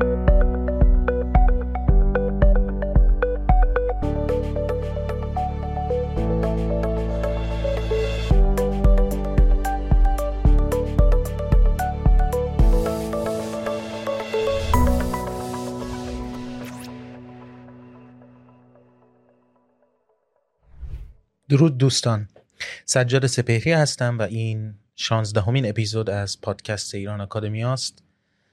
درود دوستان، سجاد سپهری هستم و این 16مین اپیزود از پادکست ایران آکادمیا است.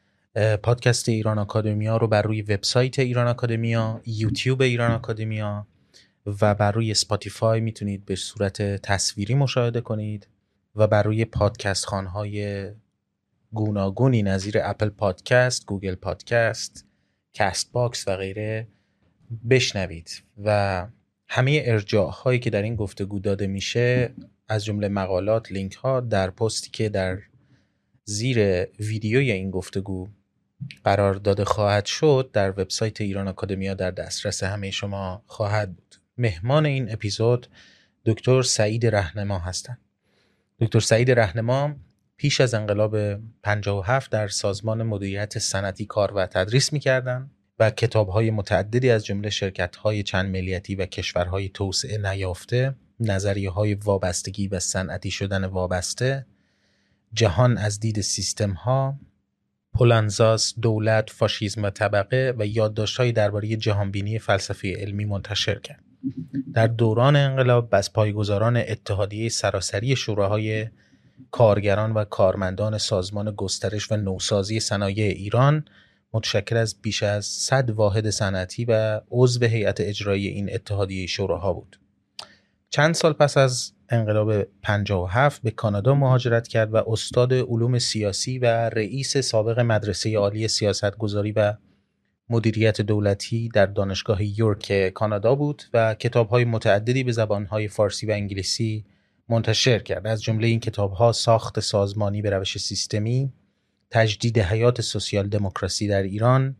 پادکست ایران آکادمیا رو بر روی وبسایت ایران آکادمیا، یوتیوب ایران آکادمیا و بر روی اسپاتیفای میتونید به صورت تصویری مشاهده کنید و بر روی پادکست خوان‌های گوناگونی نظیر اپل پادکست، گوگل پادکست، کست باکس و غیره بشنوید و همه ارجاع هایی که در این گفتگو داده میشه از جمله مقالات، لینک ها در پستی که در زیر ویدیوی این گفتگو قرار داده خواهد شد در وبسایت ایران آکادمیا در دسترس همه شما خواهد بود. مهمان این اپیزود دکتر سعید رهنما هستند. دکتر سعید رهنما پیش از انقلاب 57 در سازمان مدیریت صنعتی کار و تدریس می‌کردند و کتاب‌های متعددی از جمله شرکت‌های چند ملیتی و کشورهای توسعه نیافته، نظریه‌های وابستگی و صنعتی شدن وابسته، جهان از دید سیستم‌ها، پولانزاس، دولت، فاشیسم و طبقه و یادداشت‌های درباره جهانبینی فلسفه علمی منتشر کرد. در دوران انقلاب از پایه‌گذاران اتحادیه سراسری شوراهای کارگران و کارمندان سازمان گسترش و نوسازی صنایع ایران متشکل از بیش از 100 واحد صنعتی و عضو هیئت اجرایی این اتحادیه شوراها بود. چند سال پس از انقلاب 57 به کانادا مهاجرت کرد و استاد علوم سیاسی و رئیس سابق مدرسه عالی سیاستگذاری و مدیریت دولتی در دانشگاه یورک کانادا بود و کتاب‌های متعددی به زبان‌های فارسی و انگلیسی منتشر کرد. از جمله این کتاب‌ها ساخت سازمانی به روش سیستمی، تجدید حیات سوسیال دموکراسی در ایران،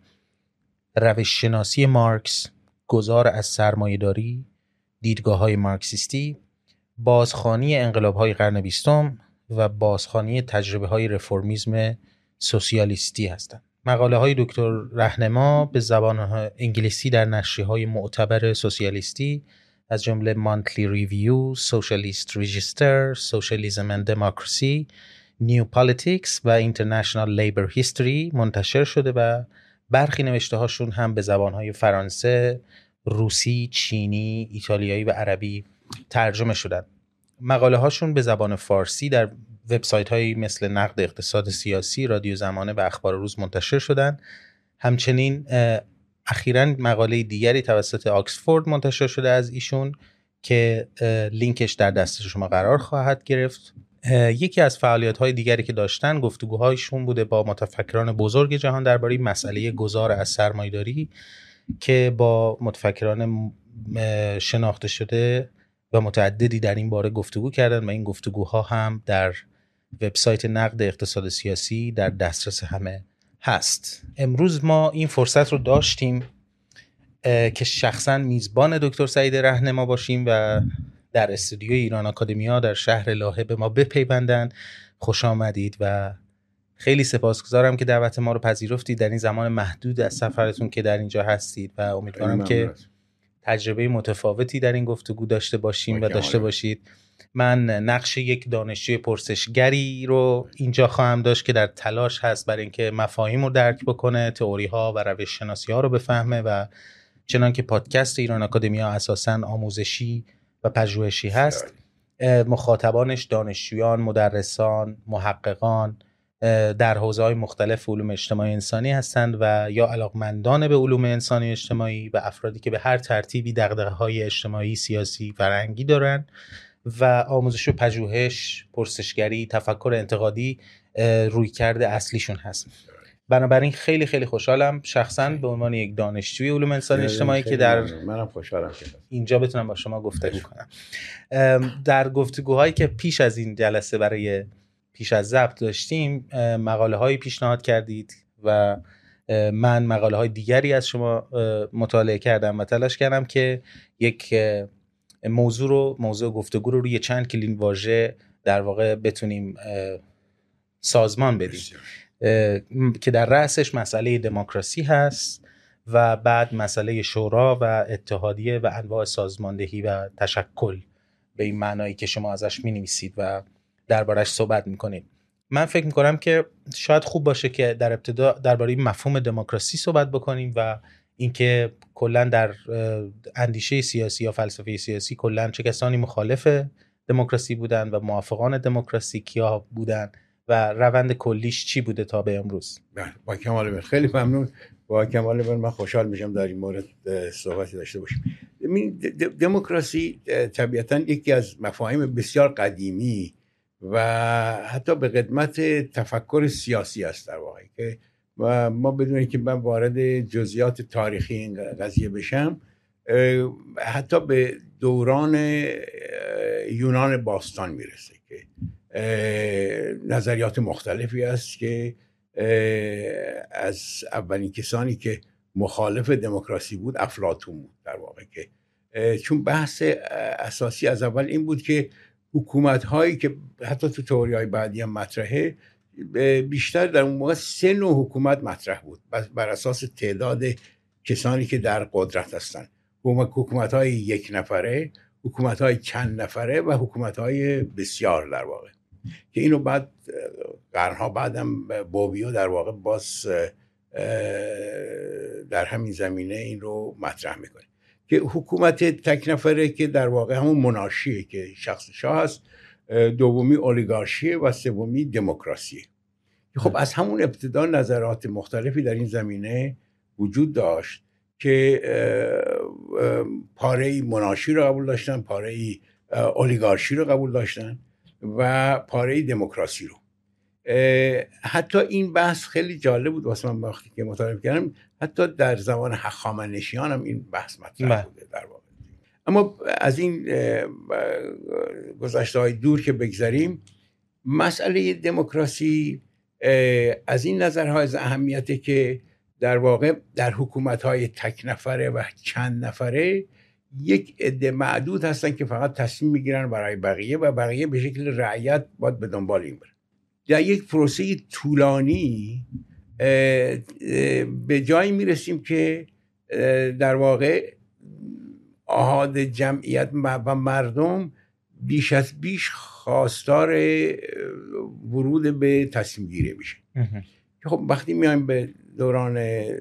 روش شناسی مارکس، گذار از سرمایه‌داری، دیدگاه‌های مارکسیستی، بازخوانی انقلاب‌های قرن 20 و بازخوانی تجربه‌های رفرمیسم سوسیالیستی هستند. مقاله‌های دکتر رهنما به زبان انگلیسی در نشریه‌های معتبر سوسیالیستی از جمله مانتلی ریویو، سوشالیست رجیستر، سوشالیسم اند دموکراسی، نیو پالیتیکس و اینترنشنال لیبر هیستوری منتشر شده و برخی نوشته هاشون هم به زبانهای فرانسه، روسی، چینی، ایتالیایی و عربی ترجمه شدند. مقاله هاشون به زبان فارسی در وبسایت هایی مثل نقد اقتصاد سیاسی، رادیو زمانه و اخبار روز منتشر شدند. همچنین اخیراً مقاله دیگری توسط آکسفورد منتشر شده از ایشون که لینکش در دست شما قرار خواهد گرفت. یکی از فعالیت‌های دیگری که داشتن گفتگوهایشون بوده با متفکران بزرگ جهان درباره مسئله گذار از سرمایه‌داری که با متفکران شناخته شده و متعددی در این باره گفتگو کردن و این گفتگوها هم در وبسایت نقد اقتصاد سیاسی در دسترس همه هست. امروز ما این فرصت رو داشتیم که شخصاً میزبان دکتر سعید رهنما باشیم و در استودیوی ایران آکادمیا در شهر لاهه به ما بپیوندن. خوش آمدید و خیلی سپاسگزارم که دعوت ما رو پذیرفتید در این زمان محدود از سفرتون که در اینجا هستید و امیدوارم که تجربه متفاوتی در این گفتگو داشته باشیم و داشته باشید. من نقش یک دانشجوی پرسشگری رو اینجا خواهم داشت که در تلاش هست برای اینکه مفاهیم رو درک بکنه، تئوری ها و روش شناسی ها رو بفهمه و چنان که پادکست ایران آکادمیا اساساً آموزشی و پژوهشی هست، مخاطبانش دانشجویان، مدرسان، محققان در حوزه‌های مختلف علوم اجتماعی انسانی هستند و یا علاقمندان به علوم انسانی اجتماعی و افرادی که به هر ترتیبی دغدغه‌های اجتماعی، سیاسی، فرهنگی دارند و آموزش و پژوهش، پرسشگری، تفکر انتقادی رویکرد اصلیشون هست. بنابراین خیلی خیلی خوشحالم شخصا به عنوان یک دانشجوی علوم انسانی اجتماعی که در منم خوشحالم که اینجا بتونم با شما گفتگو کنم. در گفتگوهایی که پیش از این جلسه برای پیش از ضبط داشتیم مقاله هایی پیشنهاد کردید و من مقاله های دیگری از شما مطالعه کردم و تلاش کردم که یک موضوع گفتگو رو روی چند کلید واژه در واقع بتونیم سازمان بدیم. که در رأسش مسئله دموکراسی هست و بعد مسئله شورا و اتحادیه و انواع سازماندهی و تشکل به این معنایی که شما ازش می‌نویسید و دربارش صحبت می‌کنید. من فکر می‌کنم که شاید خوب باشه که در ابتدا درباره مفهوم دموکراسی صحبت بکنیم و اینکه کلا در اندیشه سیاسی یا فلسفه سیاسی کلا چه کسانی مخالف دموکراسی بودن و موافقان دموکراسی کیا بودن و روند کلیش چی بوده تا به امروز. با کمال میل، خیلی ممنون. با کمال میل، من خوشحال میشم در این مورد صحبتی داشته باشیم. دموکراسی طبیعتاً یکی از مفاهیم بسیار قدیمی و حتی به قدمت تفکر سیاسی است در واقع، که ما بدون اینکه من وارد جزئیات تاریخی این قضیه بشم، حتی به دوران یونان باستان میرسه که نظریات مختلفی است که از اولین کسانی که مخالف دموکراسی بود افلاطون بود در واقع، که چون بحث اساسی از اول این بود که حکومت هایی که حتی تو تئوری های بعدی هم مطرحه، بیشتر در اون موقع 3 نوع حکومت مطرح بود بر اساس تعداد کسانی که در قدرت هستن: حکومت های 1 نفره، حکومت های چند نفره و حکومت های بسیار در واقع، که اینو بعد قرنها بعدم بوبیو در واقع باز در همین زمینه این رو مطرح میکنه که حکومت تک نفره که در واقع همون منارشیه که شخص شاه هست، دومی اولیگارشیه و سومی دموکراسیه. خب از همون ابتدا نظرات مختلفی در این زمینه وجود داشت که پاره‌ای منارشی رو قبول داشتن، پاره‌ای اولیگارشی رو قبول داشتن و پاره‌ای دموکراسی رو. حتی این بحث خیلی جالب بود واسه من وقتی که مطالعه کردم، حتی در زمان هخامنشیان هم این بحث مطرح بوده در واقع. اما از این گذشته‌های دور که بگذریم، مسئله دموکراسی از این نظرها از اهمیته که در واقع در حکومت‌های تک نفره و چند نفره یک عده معدود هستن که فقط تصمیم میگیرن برای بقیه و بقیه به شکل رعیت باید به دنبال این برن. در یک پروسه طولانی به جایی میرسیم که در واقع آحاد جمعیت و مردم بیش از بیش خواستار ورود به تصمیم گیری میشه. خب وقتی میایم به دوران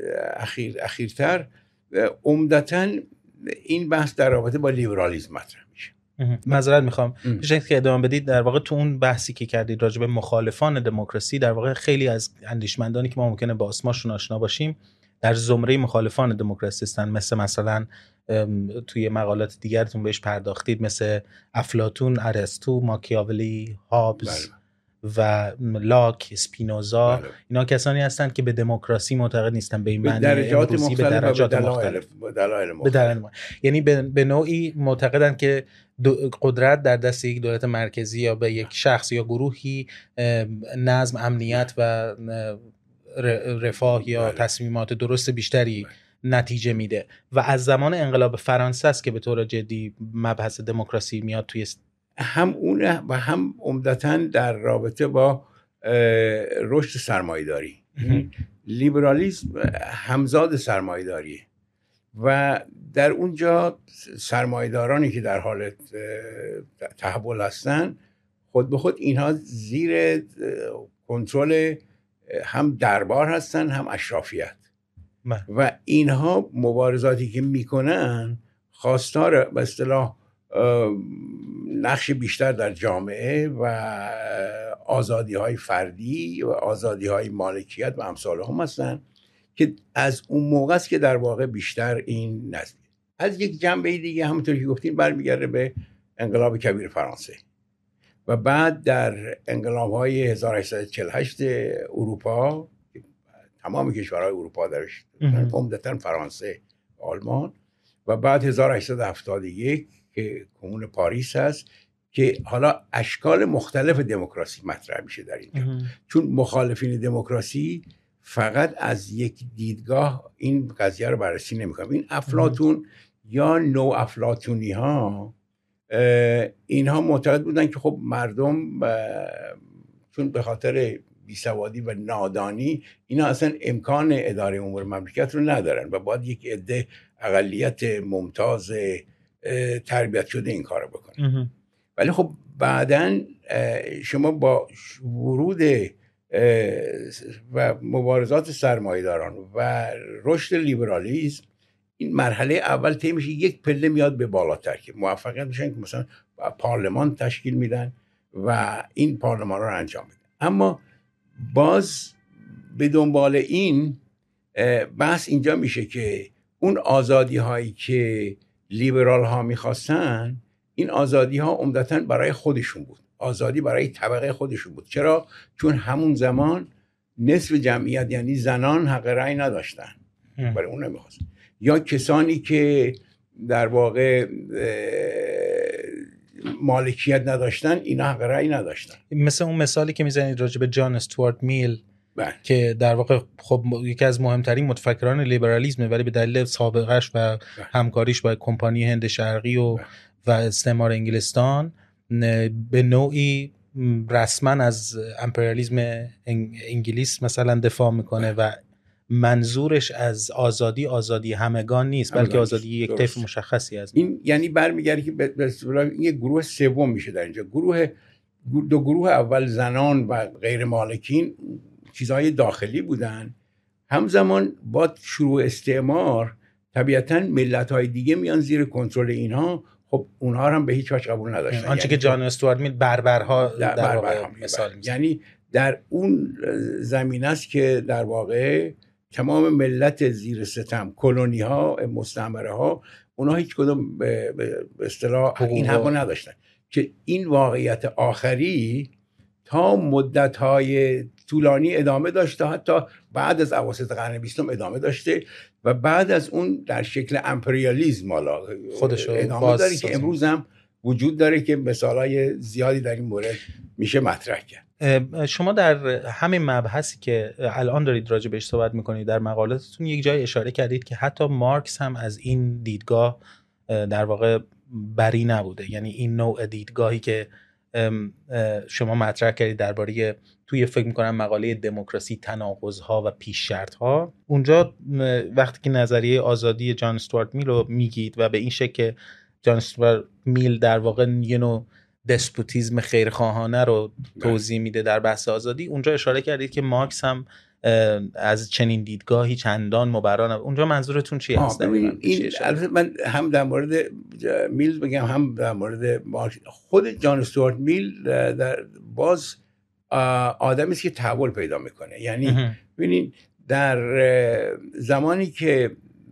اخیرتر، عمدتاً این بحث در رابطه با لیبرالیسم مطرح میشه. معذرت میخوام بشه که ادامه بدید. در واقع تو اون بحثی که کردید راجع به مخالفان دموکراسی، در واقع خیلی از اندیشمندانی که ما ممکنه با اسمشون آشنا باشیم در زمره مخالفان دموکراسی هستن، مثلا توی مقالات دیگرتون بهش پرداختید، مثل افلاطون، ارسطو، ماکیاولی، هابز و لاک، اسپینوزا. اینا کسانی هستند که به دموکراسی معتقد نیستن به این معنی امروزی، به درجات مختلف، به دلایل یعنی به نوعی معتقدن که قدرت در دست یک دولت مرکزی یا به یک شخص یا گروهی نظم، امنیت و رفاه یا تصمیمات درست بیشتری نتیجه میده و از زمان انقلاب فرانسه است که به طور جدی مبحث دموکراسی میاد توی هم اونه و هم عمدتاً در رابطه با رشد سرمایه‌داری. لیبرالیسم همزاد سرمایه‌داریه و در اونجا سرمایه‌دارانی که در حال تحول هستن، خود به خود اینها زیر کنترل هم دربار هستن هم اشرافیت و اینها مبارزاتی که میکنن خواستار به اصطلاح نقش بیشتر در جامعه و آزادی‌های فردی و آزادی‌های مالکیت و امثال هم هستن که از اون موقع است که در واقع بیشتر این نزدیک. از یک جنبه دیگه همونطور که گفتیم برمیگرده به انقلاب کبیر فرانسه و بعد در انقلاب‌های 1848 اروپا، تمام کشورهای اروپا درش، عمدتاً فرانسه و آلمان، و بعد 1871 که کمون پاریس هست که حالا اشکال مختلف دموکراسی مطرح میشه در اینجا، چون مخالفین دموکراسی فقط از یک دیدگاه این قضیه رو بررسی نمیکنن. این افلاطون یا نو افلاطونی ها، اینها معتقد بودن که خب مردم چون به خاطر بیسوادی و نادانی اینا اصلا امکان اداره امور مملکت رو ندارن و باید یک عده اقلیت ممتاز تربیت شده این کارو بکنه. ولی خب بعدن شما با ورود و مبارزات سرمایه‌داران و رشد لیبرالیسم این مرحله اول طی میشه، یک پله میاد به بالاتر که موفقیت میشن که مثلا پارلمان تشکیل میدن و این پارلمان رو انجام میدن. اما باز به دنبال این بحث اینجا میشه که اون آزادی هایی که لیبرال ها میخواستن، این آزادی ها عمدتاً برای خودشون بود، آزادی برای طبقه خودشون بود. چرا؟ چون همون زمان نصف جمعیت یعنی زنان حق رأی نداشتن، برای اون نمیخواستن، یا کسانی که در واقع مالکیت نداشتن اینا حق رأی نداشتن. مثل اون مثالی که میزنید راجع به جان استوارت میل که در واقع خب یکی از مهمترین متفکران لیبرالیسمه، ولی به دلیل سابقهش و همکاریش با کمپانی هند شرقی و استعمار انگلستان به نوعی رسما از امپریالیسم انگلیس مثلا دفاع میکنه و منظورش از آزادی همگان نیست، بلکه آزادی یک طیف مشخصی از این یعنی برمیگرده که به اصطلاح این گروه سوم میشه در اینجا. دو گروه اول زنان و غیر مالکین چیزهای داخلی بودن، همزمان با شروع استعمار طبیعتاً ملت‌های دیگه میان زیر کنترل اینها، خب اونها هم به هیچ وجه قبول نداشتن. آنچه یعنی که جان استوارت میل بربرها در واقع مثال میزنه، یعنی در اون زمینه است که در واقع تمام ملت زیر ستم، کلونی ها، مستعمره ها، اونها هیچ کدوم به اصطلاح این حقو نداشتن که این واقعیت آخری تا مدت‌های طولانی ادامه داشته، حتی بعد از اواسط قرن 20 ادامه داشته و بعد از اون در شکل امپریالیسم خودش ادامه داره که امروز هم وجود داره که مثالای زیادی در این مورد میشه مطرح کرد. شما در همین مبحثی که الان دارید راجع بهش صحبت میکنید در مقالاتتون یک جای اشاره کردید که حتی مارکس هم از این دیدگاه در واقع بری نبوده. یعنی این نوع دیدگاهی که شما مطرح کردید درباره توی فکر میکنم مقاله دموکراسی، تناقض‌ها و پیش شرط‌ها، اونجا وقتی که نظریه آزادی جان استوارت میل رو میگید و به این شکل که جان استوارت میل در واقع یه نوع دسپوتیسم خیرخواهانه رو توضیح میده در بحث آزادی، اونجا اشاره کردید که مارکس هم از چنین دیدگاهی چندان مبرا نبود. اونجا منظورتون چی هست؟ این البته من هم در مورد میل بگم هم در مورد مارکس. خود جان استوارت میل در باز آدمی است که تحول پیدا میکنه. یعنی ببینید در زمانی که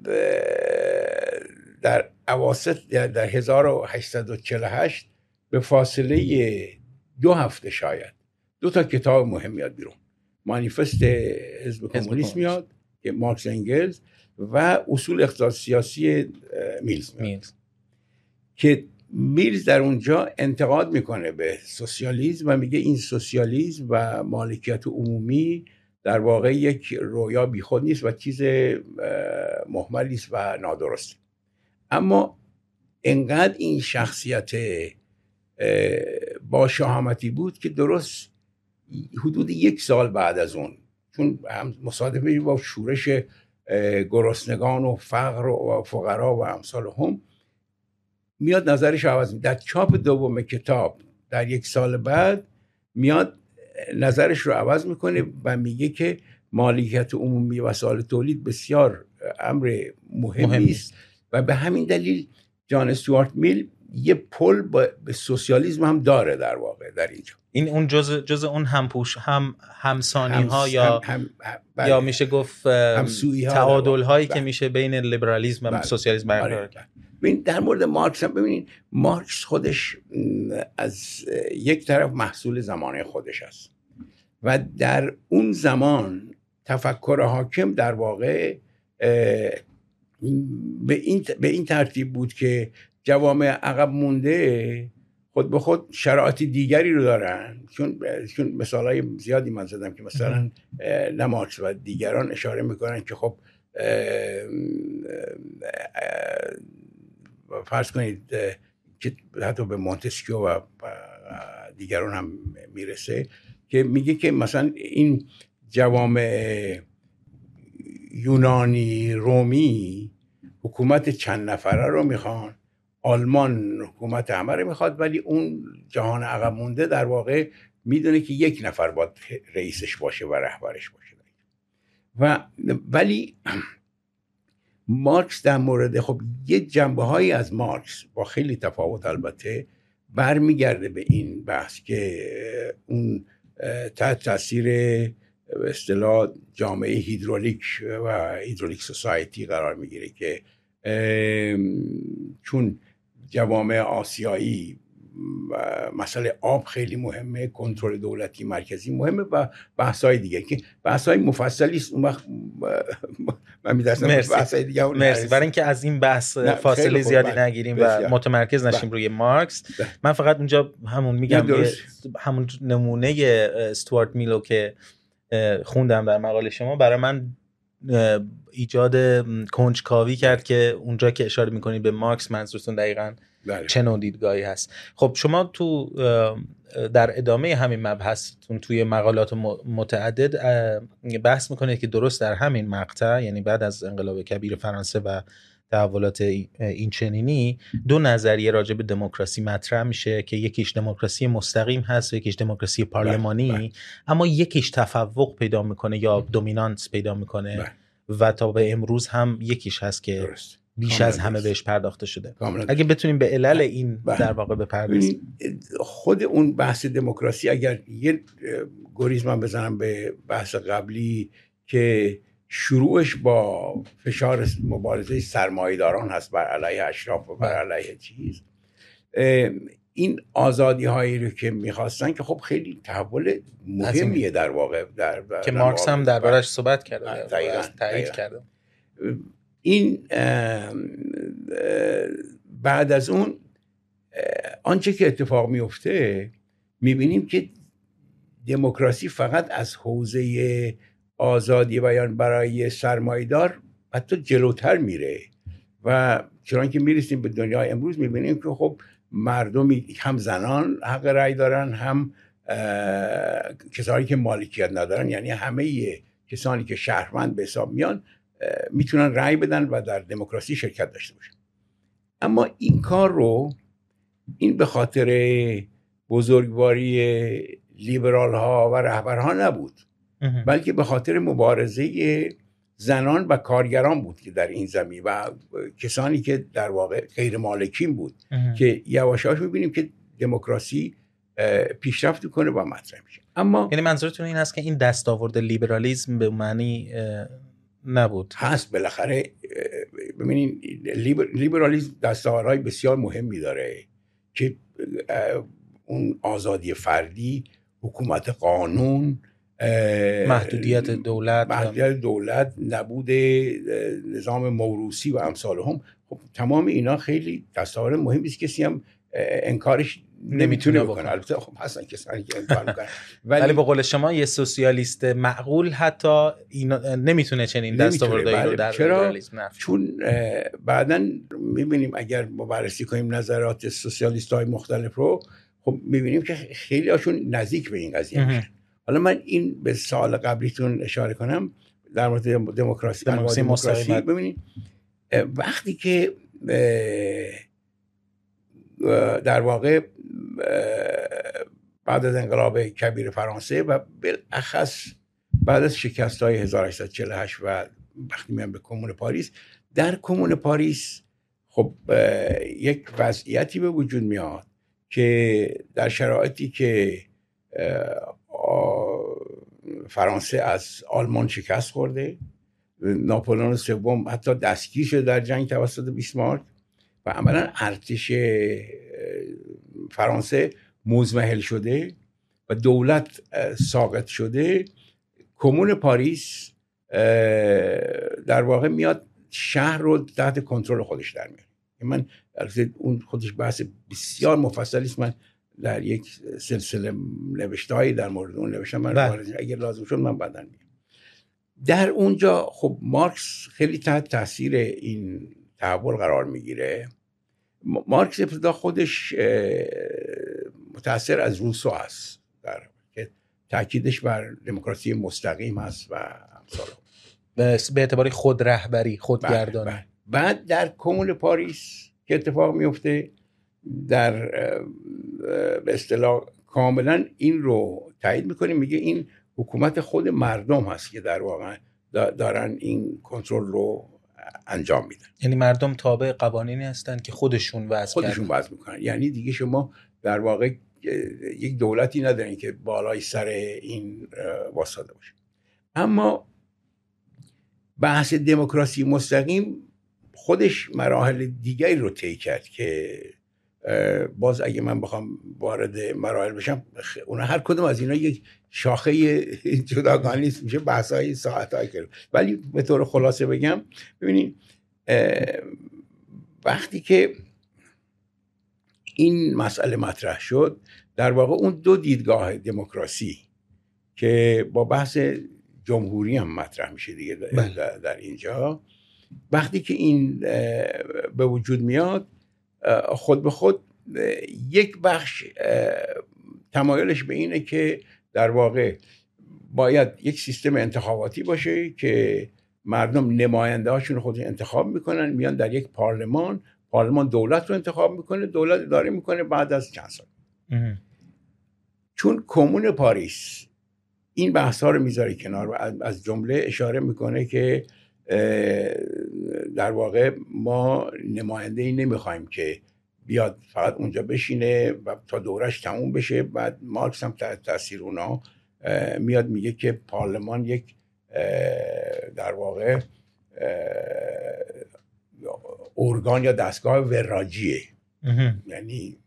در اواسط در 1848 به فاصله 2 هفته شاید 2 تا کتاب مهم میاد بیرون. مانیفست حزب کمونیست میاد که مارکس انگلز و اصول اقتصاد سیاسی میلز که میلز در اونجا انتقاد میکنه به سوسیالیسم و میگه این سوسیالیسم و مالکیت عمومی در واقع یک رویا بیخود نیست و چیز مهملی است و نادرست. اما انقدر این شخصیت با شهامتی بود که درست حدود 1 سال بعد از اون، چون هم مصادفه با شورش گرسنگان و فقر و فقرا و امثال هم، میاد نظرش عوض میشه. در چاپ دوم کتاب در 1 سال بعد میاد نظرش رو عوض میکنه و میگه که مالکیت عمومی وسایل تولید بسیار امر مهمی است و به همین دلیل جان استوارت میل یه پل به سوسیالیسم هم داره در واقع در اینجا. این اون جز اون همسانی ها یا میشه گفت تعادل هایی که میشه بین لیبرالیسم و سوسیالیسم برقرار کرد. ببین در مورد مارکس هم ببینید، مارکس خودش از یک طرف محصول زمانه خودش است و در اون زمان تفکر حاکم در واقع به این ترتیب بود که جوامع عقب مونده خود به خود شرایط دیگری رو دارن، چون مثالای زیادی من زدم که مثلا مارکس و دیگران اشاره میکنن که خب فرض کنید که حتی به مونتسکیو و دیگران هم میرسه که میگه که مثلا این جوامع یونانی رومی حکومت چند نفره رو میخوان، آلمان حکومت همه رو میخواد، ولی اون جهان عقب مونده در واقع میدونه که یک نفر باید رئیسش باشه و رهبرش باشه. ولی مارکس در مورد خب یه جنبه هایی از مارکس با خیلی تفاوت البته برمیگرده به این بحث که اون تحت تاثیر به اصطلاح جامعه هیدرولیک و هیدرولیک سوسایتی قرار میگیره که چون جوامع آسیایی مسئله آب خیلی مهمه، کنترل دولتی مرکزی مهمه و بحث‌های دیگه که بحث‌های مفصلی است. اون وقت من می‌درسم بحث‌های دیگه. مرسی برای اینکه از این بحث فاصله زیادی نگیریم و متمرکز نشیم روی مارکس. من فقط اونجا همون میگم همون نمونه استوارت میلو که خوندم در مقاله شما برای من ایجاد کنجکاوی کرد که اونجا که اشاره می‌کنید به مارکس منظورتون دقیقاً چه نوع دیدگاهی هست. خب شما تو در ادامه همین مبحثتون توی مقالات متعدد بحث میکنید که درست در همین مقطع، یعنی بعد از انقلاب کبیر فرانسه و تحولات این چنینی، دو نظریه راجع به دموکراسی مطرح میشه که یکیش دموکراسی مستقیم هست و یکیش دموکراسی پارلمانی، اما یکیش تفوق پیدا میکنه یا دومینانس پیدا میکنه و تا به امروز هم یکیش هست که بیش از همه بهش پرداخته شده. اگه بتونیم به علل این در واقع بپردازیم. خود اون بحث دموکراسی، اگر یه گریز من بزنم به بحث قبلی که شروعش با فشار مبارزه سرمایه‌داران هست بر علیه اشراف و بر علیه چیز، این آزادی هایی رو که میخواستن که خب خیلی تحول مهمیه در واقع که مارکس هم دربارش صحبت کرده، تایید کرده. این بعد از اون آنچه که اتفاق میفته میبینیم که دموکراسی فقط از حوزه آزادی بیان برای سرمایه‌دار حتی جلوتر میره و چون که میرسیم به دنیای امروز میبینیم که خب مردمی هم زنان حق رأی دارن، هم کسانی که مالکیت ندارن، یعنی همه کسانی که شهروند به حساب میان میتونن رأی بدن و در دموکراسی شرکت داشته باشن. اما این کار رو این به خاطر بزرگواری لیبرال ها و رهبرها نبود، بلکه به خاطر مبارزه زنان و کارگران بود که در این زمین و کسانی که در واقع غیر مالکین بود که یواشاش میبینیم که دموکراسی پیشرفت کنه و مطرح میشه. اما یعنی منظورتون این است که این دستاورد لیبرالیسم به معنی نبود؟ هست بالاخره. ببینین لیبرالیسم دستاوردهای بسیار مهمی داره که اون آزادی فردی، حکومت قانون، محدودیت دولت، نبود نظام موروثی و امثال هم. خب تمام اینا خیلی دستاورد مهمی است، کسی هم انکارش نمیتونه بکنه. البته خب هستن کسانی که انکار میکنن ولی به قول شما یه سوسیالیست معقول حتی نمیتونه چنین دستاوردهایی رو در لیبرالیسم نفی. چون بعداً میبینیم اگر ما بررسی کنیم نظرات سوسیالیست‌های مختلف رو، خب میبینیم که خیلی هاشون نزدیک به این قضیه میشن. حالا من این به سال قبلیتون اشاره کنم در مورد دموکراسی ببینید وقتی که در واقع بعد از انقلاب کبیر فرانسه و بالاخص بعد از شکست‌های 1848 و وقتی میام به کمون پاریس، در کمون پاریس خب یک وضعیتی به وجود میاد که در شرایطی که فرانسه از آلمان شکست خورده، ناپلئون سوم حتی دستگیر شده در جنگ توسط بیسمارک و عملا ارتش فرانسه مزمحل شده و دولت ساقط شده، کمون پاریس در واقع میاد شهر رو تحت کنترل خودش در میاره. من اون خودش بحث بسیار مفصلی است، من در یک سلسله نوشته‌ای در مورد اون نوشتم، من اگر لازم شد من بعداً میگم. در اونجا خب مارکس خیلی تحت تاثیر این تحول قرار میگیره. مارکس ابتدا خودش متأثر از روسو است که تاکیدش بر دموکراسی مستقیم هست و امثال به اعتباری خود رهبری، خودگردانی. بعد در کمون پاریس که اتفاق میفته، در به اصطلاح کاملا این رو تایید میکنه، میگه این حکومت خود مردم هست که در واقع دارن این کنترل رو انجام میدن. یعنی مردم تابع قوانینی هستن که خودشون وضع میکنن. یعنی دیگه شما در واقع یک دولتی ندارین که بالای سر این واسطه باشه. اما بحث دموکراسی مستقیم خودش مراحل دیگری رو طی کرد که باز اگه من بخوام وارد مراحل بشم، اونا هر کدوم از اینا یک شاخه جداگانه میشه، بحث‌های ساعت‌های کرد. ولی به طور خلاصه بگم، ببینید وقتی که این مسئله مطرح شد، در واقع اون دو دیدگاه دموکراسی که با بحث جمهوری هم مطرح میشه دیگه در اینجا، وقتی که این به وجود میاد، خود به خود یک بخش تمایلش به اینه که در واقع باید یک سیستم انتخاباتی باشه که مردم نماینده هاشون خودشون انتخاب میکنن، میان در یک پارلمان دولت رو انتخاب میکنه، دولت اداره میکنه بعد از چند سال. چون کمون پاریس این بحث ها رو میذاره کنار و از جمله اشاره میکنه که در واقع ما نماینده‌ای نمیخوایم که بیاد فقط اونجا بشینه و تا دورش تموم بشه. بعد مارکس هم تحت تاثیر اونا میاد میگه که پارلمان یک در واقع ارگان یا دستگاه وراجیه. یعنی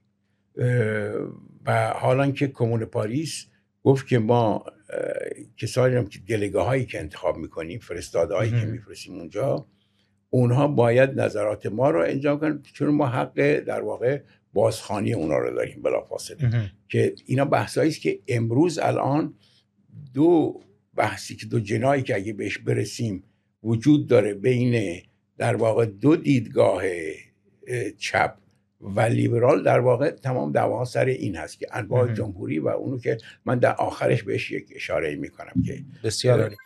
و حالا که کمون پاریس گفت که ما کسایی هم که دلگه هایی که انتخاب میکنیم، فرستاده هایی که میفرستیم اونجا، اونها باید نظرات ما رو انجام کنن، چون ما حق در واقع بازخوانی اونا رو داریم بلافاصله. که اینا بحثایی است که امروز الان دو بحثی که دو جنایی که اگه بهش برسیم وجود داره بین در واقع دو دیدگاه چپ و لیبرال، در واقع تمام دعواها سر این هست که انواع جمهوری و اونو که من در آخرش بهش یک اشاره میکنم که بسیار عالی.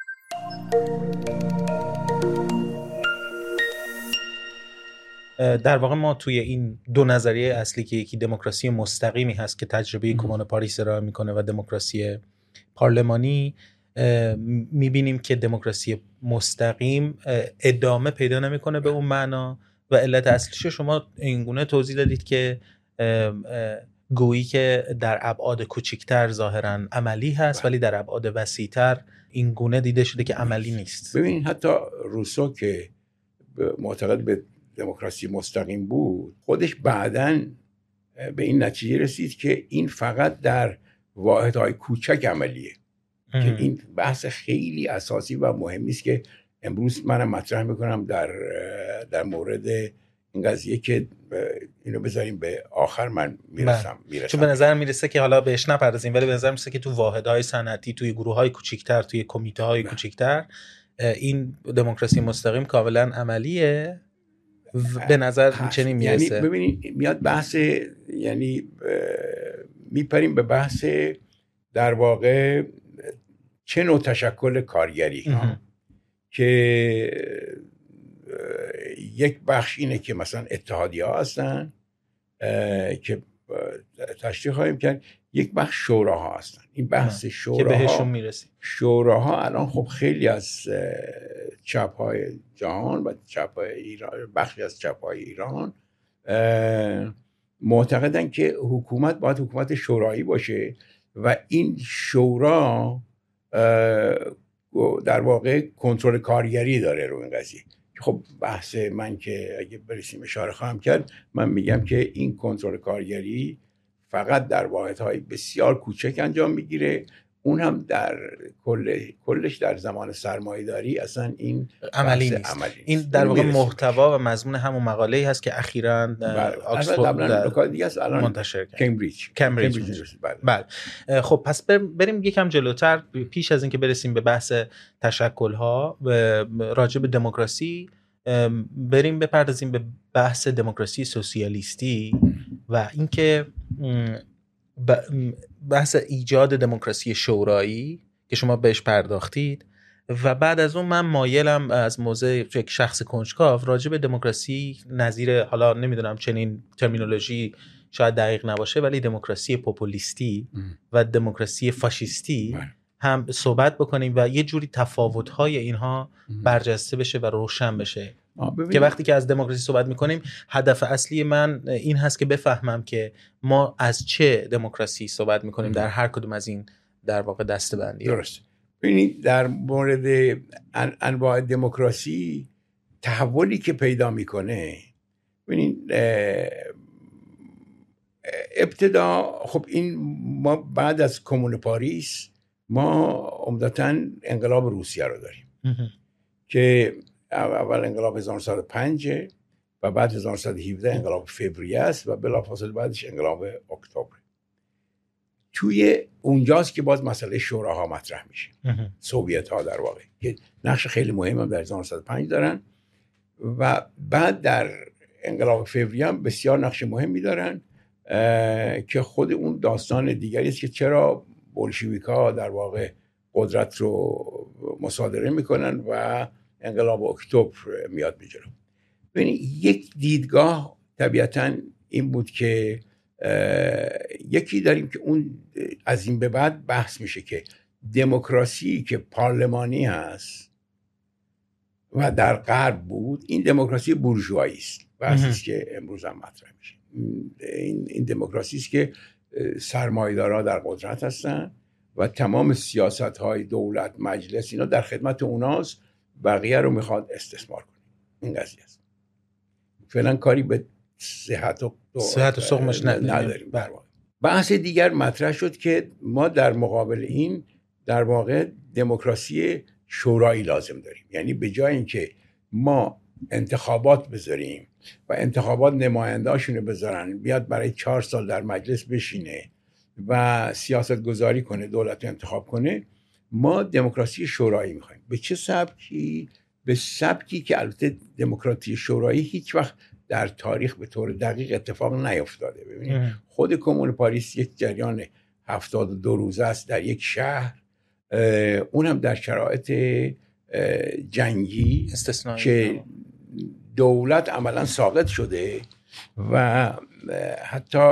در واقع ما توی این دو نظریه اصلی که یکی دموکراسی مستقیمی هست که تجربه کمون پاریس ارائه میکنه و دموکراسی پارلمانی، میبینیم که دموکراسی مستقیم ادامه پیدا نمیکنه به اون معنا و علت اصلیش شما اینگونه توضیح دادید که گویی که در ابعاد کوچکتر ظاهرا عملی هست ولی در ابعاد وسیعتر اینگونه دیده شده که عملی نیست. ببینید حتی روسو که معتقد به دموکراسی مستقیم بود، خودش بعداً به این نتیجه رسید که این فقط در واحدهای کوچک عملیه. که این بحث خیلی اساسی و مهمی است که امروز منم مطرح میکنم در مورد این قضیه که اینو بذاریم به آخر من میرسم. چون به نظر میرسه که حالا بهش نپردازیم، ولی به نظر میرسه که تو واحدهای صنعتی، توی گروههای کوچیک‌تر، توی کمیته‌های کوچیک‌تر این دموکراسی مستقیم کاملا عملیه. به نظر چنین میرسه. یعنی ببینید میاد بحث، یعنی میپریم به بحث در واقع چه نوع تشکل کارگری که یک بخش اینه که مثلا اتحادیه ها هستن که تشریح خواهیم کرد، یک بخش شوراها هستن. این بحث شوراها که بهشون میرسیم. شوراها الان خب خیلی از چپ‌های جهان و چپ‌های ایران، بخشی از چپ‌های ایران معتقدن که حکومت باید حکومت شورایی باشه و این شورا در واقع کنترل کارگری داره رو این قضیه. خب بحث من که اگه برسیم اشاره خواهم کرد، من میگم که این کنترل کارگری فقط در واحدهای بسیار کوچک انجام میگیره، اون هم در کلش در زمان سرمایه‌داری اصلا این عملی نیست. این در واقع محتوا و مضمون همون مقاله‌ای هست که اخیراً آکسفورد منتشر کرد. کمبریج. بله. خب پس بریم یکم جلوتر، پیش از اینکه برسیم به بحث تشکل‌ها و راجع به دموکراسی، بریم بپردازیم به بحث دموکراسی سوسیالیستی و اینکه بحث ایجاد دموکراسی شورایی که شما بهش پرداختید و بعد از اون من مایلم از موضع یک شخص کنجکاو راجع به دموکراسی نظیر، حالا نمیدونم چنین ترمینولوژی شاید دقیق نباشه، ولی دموکراسی پوپولیستی و دموکراسی فاشیستی هم صحبت بکنیم و یه جوری تفاوت‌های اینها برجسته بشه و روشن بشه که وقتی که از دموکراسی صحبت میکنیم هدف اصلی من این هست که بفهمم که ما از چه دموکراسی صحبت میکنیم در هر کدوم از این در واقع دسته‌بندی. درست. ببینید در مورد انواع دموکراسی تحولی که پیدا میکنه، ببینید ابتدا خب این ما بعد از کمون پاریس ما عمدتاً انقلاب روسیه رو داریم که اول انقلاب 1905 و بعد 1917 انقلاب فوریه است و بلافاصله بعدش انقلاب اکتبر. توی اونجاست که باز مسئله شوراها مطرح میشه. سوویت ها در واقع که نقش خیلی مهم هم در 1905 دارن و بعد در انقلاب فوریه هم بسیار نقش مهمی دارن که خود اون داستان دیگری است که چرا بولشویک‌ها در واقع قدرت رو مصادره میکنن و انقلاب اکتبر میاد به جلو. ببینید یک دیدگاه طبیعتاً این بود که یکی داریم که اون از این به بعد بحث میشه که دموکراسی که پارلمانی هست و در غرب بود، این دموکراسی بورژوایی است. بحثی است که امروز هم مطرح میشه. این دموکراسی است که سرمایه‌دارا در قدرت هستن و تمام سیاست‌های دولت، مجلس، اینا در خدمت اوناست، بقیه رو میخواد استثمار کنه. این قضیه است. فعلا کاری به صحت و سقمش نداریم. بحث دیگر مطرح شد که ما در مقابل این در واقع دموکراسی شورایی لازم داریم. یعنی به جای اینکه ما انتخابات بذاریم و انتخابات نماینده‌اشون بذارن بیاد برای 4 سال در مجلس بشینه و سیاست گذاری کنه، دولت انتخاب کنه، ما دموکراسی شورایی میخوایم. به چه سبکی؟ به سبکی که البته دموکراسی شورایی هیچ وقت در تاریخ به طور دقیق اتفاق نیفتاده. ببینید خود کمون پاریس یک جریان 72 روزه است در یک شهر، اون هم در شرایط جنگی استثنایی که دولت عملا ساقط شده و حتی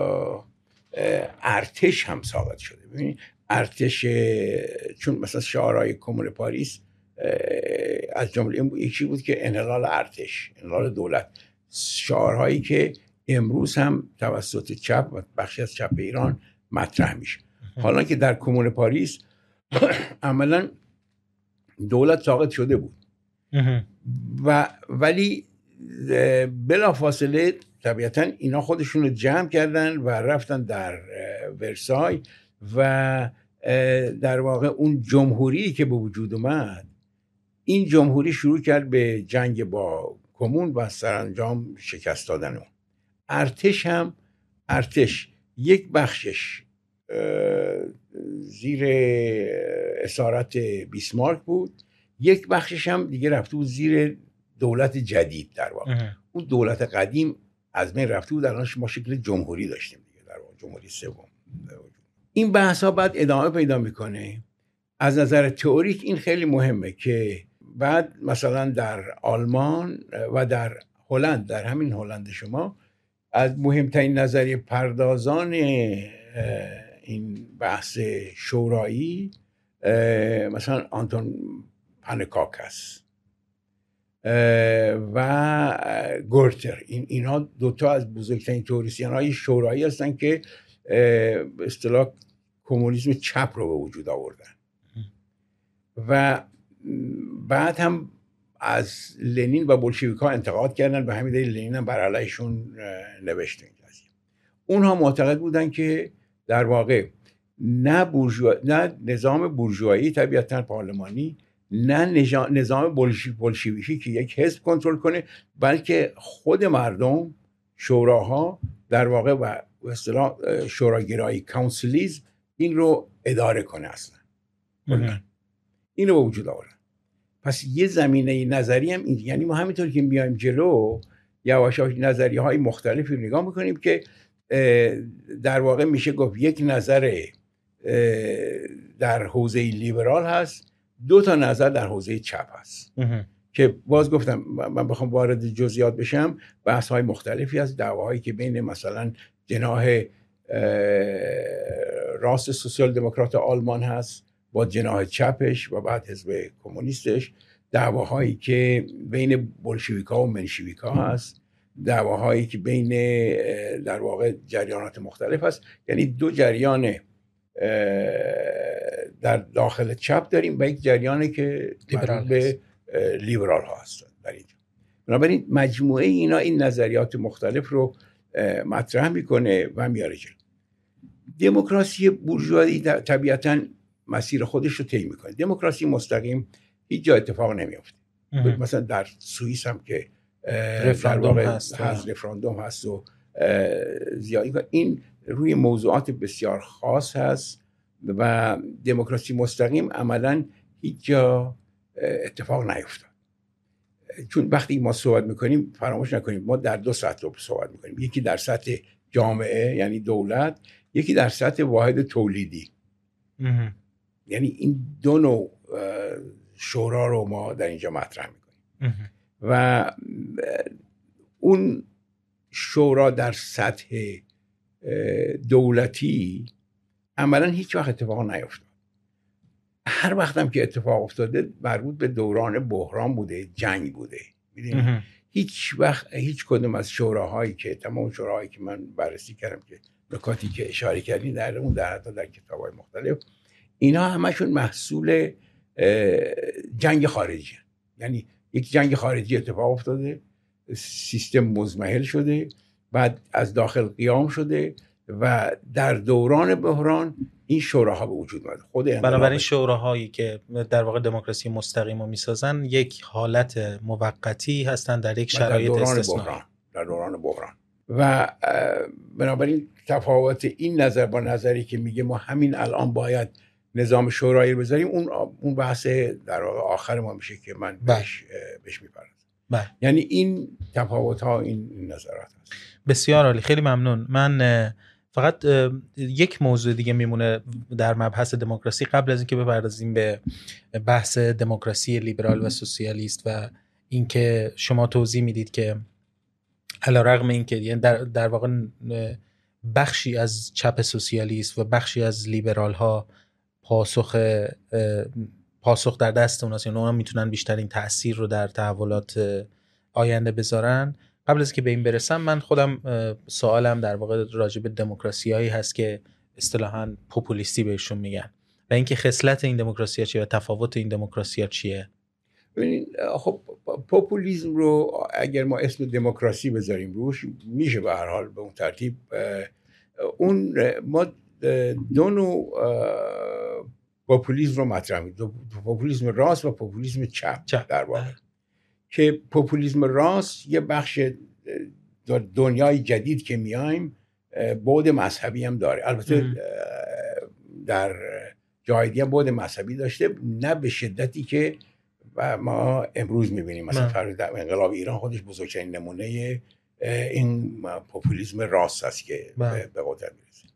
ارتش هم ساقط شده. ببینید ارتش، چون مثلا شعارهای کمون پاریس از جمله یکی بود که انحلال ارتش، انحلال دولت، شعارهایی که امروز هم توسط چپ و بخشی از چپ ایران مطرح میشه. حالا که در کمون پاریس عملا دولت ساقط شده بود ولی بلافاصله طبیعتا اینا خودشون رو جمع کردن و رفتن در ورسای و در واقع اون جمهوری که به وجود اومد، این جمهوری شروع کرد به جنگ با کمون و سرانجام شکست دادن اون. ارتش یک بخشش زیر اسارت بیسمارک بود، یک بخشش هم دیگه رفته بود زیر دولت جدید. در واقع اون دولت قدیم از بین رفته بود، الان ما شکل جمهوری داشتیم دیگه، در واقع جمهوری سوم. این بحث ها بعد ادامه پیدا میکنه. از نظر تئوریک این خیلی مهمه که بعد مثلا در آلمان و در هلند، در همین هلند شما، از مهمترین نظریه پردازان این بحث شورایی مثلا آنتون پانکاکس و گورتر، اینها دوتا از بزرگترین تئوریسین های شورایی هستن که به اصطلاح کمونیسم چپ رو به وجود آوردن و بعد هم از لنین و بولشویک ها انتقاد کردن، به همین دلیل لنین هم بر علیهشون نوشته. این قضیه اونها معتقد بودن که در واقع نه نظام بورژوایی طبیعتاً پارلمانی، نه نظام بولشویکی که یک حزب کنترل کنه، بلکه خود مردم، شوراها در واقع و به اصطلاح شوراگرایی، کانسلیز، این رو اداره کنه. اصلا این رو به وجود آورد. پس یه زمینه نظری هم این، یعنی ما همینطور که میایم جلو یواش یواش نظریه های مختلفی رو نگاه میکنیم که در واقع میشه گفت یک نظر در حوزه لیبرال هست، 2 تا نظر در حوزه چپ هست که باز گفتم من بخوام وارد جزئیات بشم، بحث های مختلفی هست، دعواهایی که بین مثلا جناح راست سوسیال دموکرات آلمان هست با جناح چپش و بعد حزب کمونیستش، دعواهایی که بین بولشویکا و منشویکا هست، دعواهایی که بین در واقع جریانات مختلف هست. یعنی 2 جریان در داخل چپ داریم و یک جریانی که مربوط به لیبرال ها هست در اینجا. بنابراین مجموعه اینا این نظریات مختلف رو مطرح میکنه و میاره جلو. دموکراسی بورژوایی طبیعتاً مسیر خودش رو طی میکنه. دموکراسی مستقیم هیچ جا اتفاق نمیفته. مثلا در سوئیس هم که رفراندوم هست رفراندوم هست و زیادی، این روی موضوعات بسیار خاص هست و دموکراسی مستقیم عملاً هیچ جا اتفاق نیفتاد. چون وقتی ما صحبت میکنیم فراموش نکنیم ما در 2 سطح صحبت میکنیم، یکی در سطح جامعه یعنی دولت، یکی در سطح واحد تولیدی. یعنی این 2 نوع شورا رو ما در اینجا مطرح میکنیم و اون شورا در سطح دولتی عملاً هیچ وقت اتفاق نیفتاد. هر وقت هم که اتفاق افتاده مربوط به دوران بحران بوده، جنگ بوده. میدونید هیچ وقت هیچ کدوم از شوراهایی که تمام شوراهایی که من بررسی کردم که نکاتی که اشاره کردین در اون در کتاب‌های مختلف، اینا همشون محصول جنگ خارجی هست. یعنی یک جنگ خارجی اتفاق افتاده، سیستم مزمحل شده، بعد از داخل قیام شده و در دوران بحران این شوراها به وجود اومده. بنابراین شوراهایی که در واقع دموکراسی مستقیم رو میسازن یک حالت موقتی هستن در یک شرایط استثنایی در دوران بحران و بنابراین تفاوت این نظر با نظری که میگه ما همین الان باید نظام شورایی رو بذاریم، اون بحث در آخر ما میشه که من بهش میپردازم. یعنی این تفاوت ها این نظرات هست. بسیار عالی، خیلی ممنون. من فقط یک موضوع دیگه میمونه در مبحث دموکراسی قبل از اینکه بپردازیم به بحث دموکراسی لیبرال و سوسیالیست و اینکه شما توضیح میدید که علیرغم اینکه یعنی در واقع بخشی از چپ سوسیالیست و بخشی از لیبرال ها پاسخ در دست اوناست، یعنی اونا میتونن بیشترین تأثیر رو در تحولات آینده بذارن. قبل از که به این برسم، من خودم سوالم در واقع راجع به دموکراسیایی هست که اصطلاحاً پوپولیستی بهشون میگن و اینکه خصلت این دموکراسی چیه و تفاوت این دموکراسی چیه. ببینید خب پوپولیسم رو اگر ما اسم دموکراسی بذاریم روش میشه به هر حال به اون ترتیب. اون ما 2 نوع پوپولیسم رو مطرح می‌کنیم، پوپولیسم راست و پوپولیسم چپ در واقع. که پوپولیسم راست یه بخش دنیای جدید که میایم بعد مذهبی هم داره، البته در جای دیگه بعد مذهبی داشته، نه به شدتی که ما امروز میبینیم. مثلا در انقلاب ایران خودش بزرگترین نمونه این پوپولیسم راست است که به قدرت میرسه.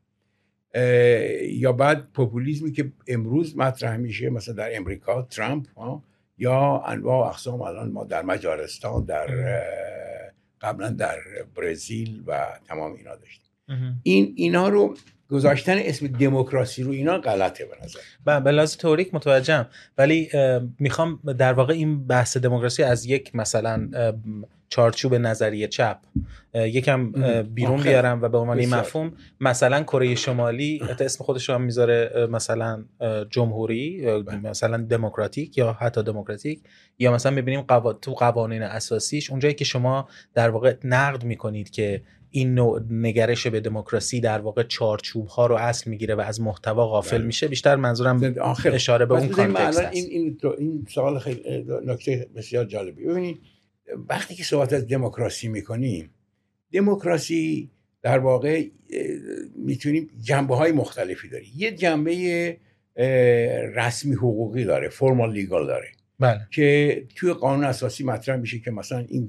یا بعد پوپولیسمی که امروز مطرح میشه مثلا در امریکا ترامپ یا انواع اقسام، الان ما در مجارستان، در قبلا در برزیل و تمام اینا داشتیم. اینا رو گذاشتن اسم دموکراسی رو اینا غلطه به نظر. به لحاظ تئوریک متوجهم، ولی میخوام در واقع این بحث دموکراسی از یک مثلا چارچوب نظریه چپ یکم بیرون بیارم و به عنوان این مفهوم مثلا کره شمالی اسم خودش رو هم میذاره مثلا جمهوری، مثلا دموکراتیک یا حتی دموکراتیک، یا مثلا میبینیم تو قوانین اساسیش اونجایی که شما در واقع نقد میکنید که این نوع نگرش به دموکراسی در واقع چارچوب ها رو اصل میگیره و از محتوا غافل میشه. بیشتر منظورم اشاره به اون کانتکست است. این سوال خیلی نکته بسیار جالبی. ببینید وقتی که صحبت از دموکراسی میکنیم، دموکراسی در واقع میتونیم جنبه های مختلفی داره. یه جنبه رسمی حقوقی داره، فرمال لیگال داره، بله. که توی قانون اساسی مطرح میشه که مثلا این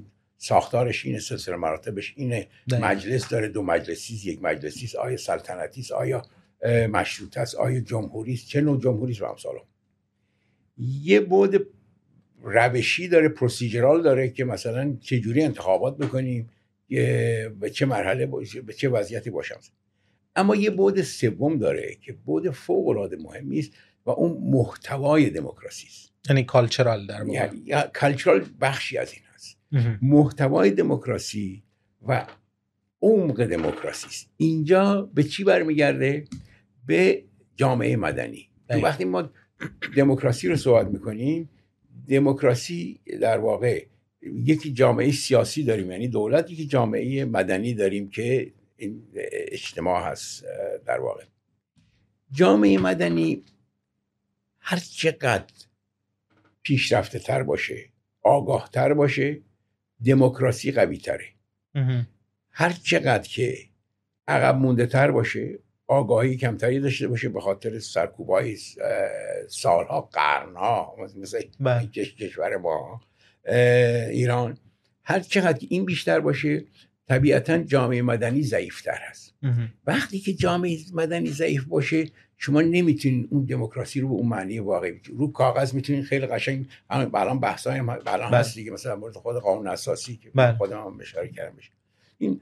ساختارش اینه، سلسله مراتبش اینه، مجلس داره، 2 مجلسی، 1 مجلسی، آیا سلطنتی است، آیا مشروطه است، آیا جمهوری است، چه نوع جمهوری است و امثال. یه بعد روشی داره، پروسیجرال داره که مثلا چه جوری انتخابات بکنیم، به چه مرحله به چه وضعیتی باشم. اما یه بعد سوم داره که بعد فوق العاده مهمی است و اون محتوای دموکراسی است. یعنی کالچرال در واقع. یا کالچرال بخشی از این است. محتوای دموکراسی و عمق دموکراسی است. اینجا به چی برمیگرده؟ به جامعه مدنی. وقتی ما دموکراسی رو صحبت میکنیم، دموکراسی در واقع یکی جامعه سیاسی داریم، یعنی دولت، یکی جامعه مدنی داریم که این اجتماع هست. در واقع جامعه مدنی هر چقدر پیشرفته تر باشه، آگاه تر باشه، دموکراسی قوی تره. هر چقدر که عقب مونده تر باشه، آگاهی کمتری داشته باشه به خاطر سرکوب‌های سالها، قرنها، مثل کشور ما ایران، هر چقدر که این بیشتر باشه، طبیعتاً جامعه مدنی ضعیف‌تر هست. وقتی که جامعه مدنی ضعیف باشه، شما نمیتونین اون دموکراسی رو به اون معنی واقعی رو کاغذ میتونین خیلی قشنگ، الان بحث‌های الان هست دیگه، مثلا مورد خود قانون اساسی که خودم هم اشاره کردم بشه. این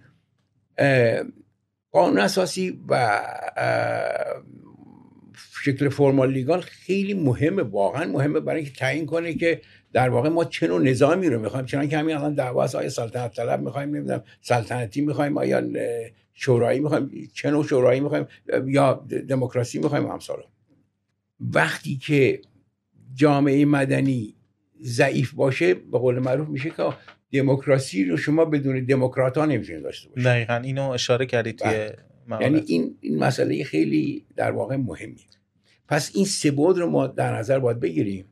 قانون اساسی و شکل فرمال لیگال خیلی مهمه، واقعا مهمه، برای اینکه تعیین کنه که در واقع ما چه نوع نظامی رو میخوایم. چنانکه که همین الان دعوا است، آیا سلطنت طلب میخوایم، نمیدونم سلطنتی میخوایم، آیا شورایی میخوایم، چه نوع شورایی میخوایم، یا دموکراسی میخوایم و امثال. وقتی که جامعه مدنی ضعیف باشه، به قول معروف میشه که دموکراسی رو شما بدون دموکرات‌ها نمیتونید داشته باشید. دقیقاً اینو اشاره کردید توی مقالت. یعنی این مسئله خیلی در واقع مهمیه. پس این سه بعد رو ما در نظر باید بگیریم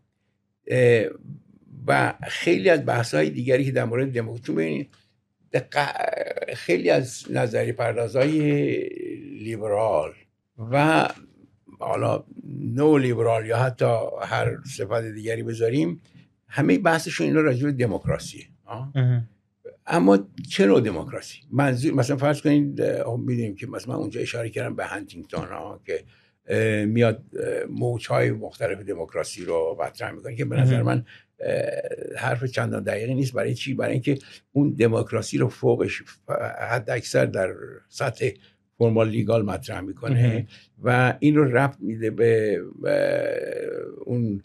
و خیلی از بحث‌های دیگری که در مورد دموکراسی ببینید، خیلی از نظریه پردازهای لیبرال و حالا نو لیبرال یا حتی هر صفت دیگری بذاریم، همه بحثشون اینا راجع به دموکراسیه. اما چه نوع دموکراسی؟ منظور مثلا فرض کنید می‌دونیم که مثلا اونجا اشاره کردم به هانتینگتون که میاد موج‌های مختلف دموکراسی رو مطرح می‌کنه که به نظر من حرف چندان دقیقی نیست. برای چی؟ برای اینکه اون دموکراسی رو فوقش حد اکثر در سطح فرمال لیگال مطرح میکنه و این رو ربط میده به اون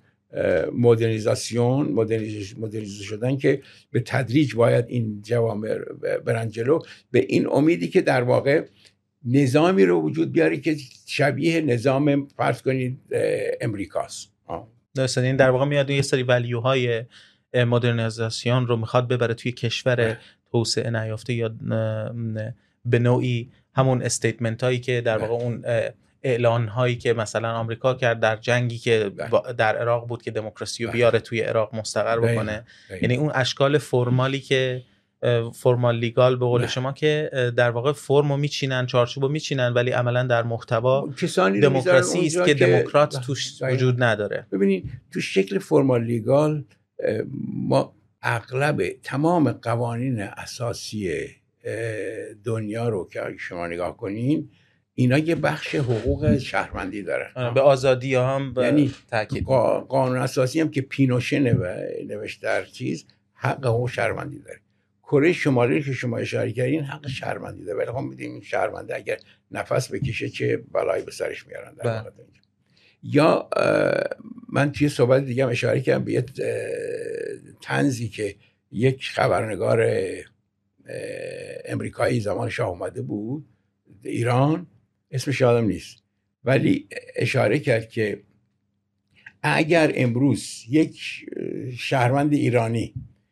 مدرنیزه شدن که به تدریج باید این جوامع برن جلو، به این امیدی که در واقع نظامی رو وجود بیاره که شبیه نظام فرض کنید امریکاست. درسته، این در واقع میاد یه سری ولیوهای مدرنیزاسیون رو میخواد ببره توی کشور توسعه نیافته یا به نوعی همون استیتمنت هایی که در واقع اون اعلان هایی که مثلا آمریکا کرد در جنگی که در عراق بود که دموکراسی رو بیاره توی عراق مستقر بکنه، یعنی اون اشکال فرمالی که فرمال لیگال به قول شما که در واقع فرمو میچینن، چارچوبو میچینن، ولی عملا در محتوا دموکراسی است که دموکرات توش وجود نداره. ببینید تو شکل فرمال لیگال ما اغلب تمام قوانین اساسی دنیا رو که شما نگاه کنین، اینا یه بخش حقوق شهروندی دارن، به آزادی هم یعنی تاکید. قانون اساسی هم که پینوشه نوشت در چیز، حق حقوق شهروندی داره. کره شمالی که شما اشاره کردین حق شهروندی داره، ولی خب میدونیم این شهرونده اگر نفس بکشه چه بلایی به سرش میارن در واقع. یا من توی صحبت دیگه هم اشاره کردم به یه طنزی که یک خبرنگار امریکایی زمان شاه اومده بود ایران، اسمش یادم نیست، ولی اشاره کرد که اگر امروز یک شهروند ایرانی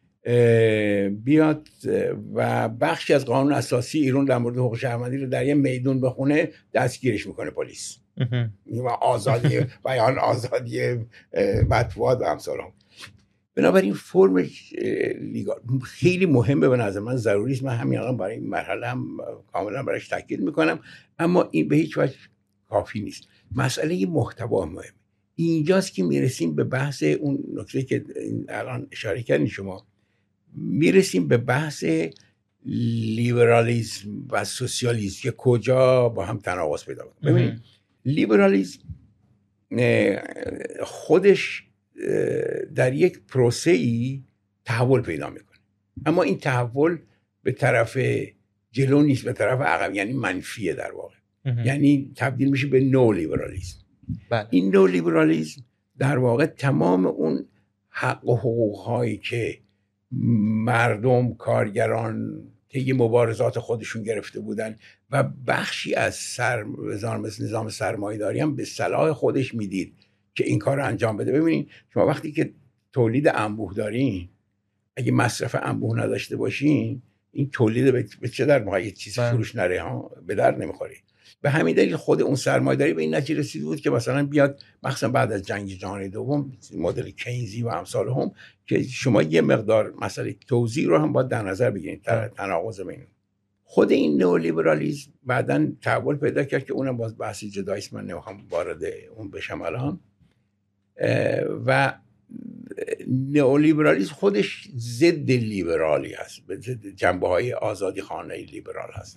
بیاد و بخشی از قانون اساسی ایران در مورد حقوق شهروندی رو در یه میدون بخونه، دستگیرش میکنه پلیس. و آزادی بیان، آزادی مطبوعات و امثال هم. بنابراین فرم لیگال خیلی مهمه، به نظر من ضروری است. من همین الان برای این مرحله هم کاملا براش تاکید میکنم، اما این به هیچ وجه کافی نیست. مسئله محتوا مهمه. اینجاست که میرسیم به بحث اون نکته که الان اشاره کردین شما، میرسیم به بحث لیبرالیسم و سوسیالیسم که کجا با هم تناقض پیدا کنه. ببینید لیبرالیسم خودش در یک پروسه‌ای تحول پیدا میکنه، اما این تحول به طرف جلو نیست، به طرف عقب، یعنی منفیه در واقع. یعنی تبدیل میشه به نو لیبرالیسم. این نو لیبرالیسم در واقع تمام اون حق و حقوق هایی که مردم، کارگران طی مبارزات خودشون گرفته بودن و بخشی از مثل نظام سرمایه‌داری هم به صلاح خودش میدید که این کار رو انجام بده. ببینید شما وقتی که تولید انبوه دارین، اگه مصرف انبوه نداشته باشین، این تولید به چه در موقع چیز فروش نره ها، به در نمیخوره. به همین دلیل خود اون سرمایه‌داری به این نتیجه رسیده بود که مثلا بیاد مخصوصا بعد از جنگ جهانی دوم مدل کینزی و امثال هم که شما یه مقدار مسئله توزیع رو هم باید در نظر بگیرید، تناقض بین خود این نئولیبرالیسم بعداً تحول پیدا کرد که اونم باز بحث جداییست، من نمیخوام وارد اون بشم الان. و نئولیبرالیسم خودش ضد لیبرالی هست، ضد جنبه‌های آزادی خانه لیبرال هست.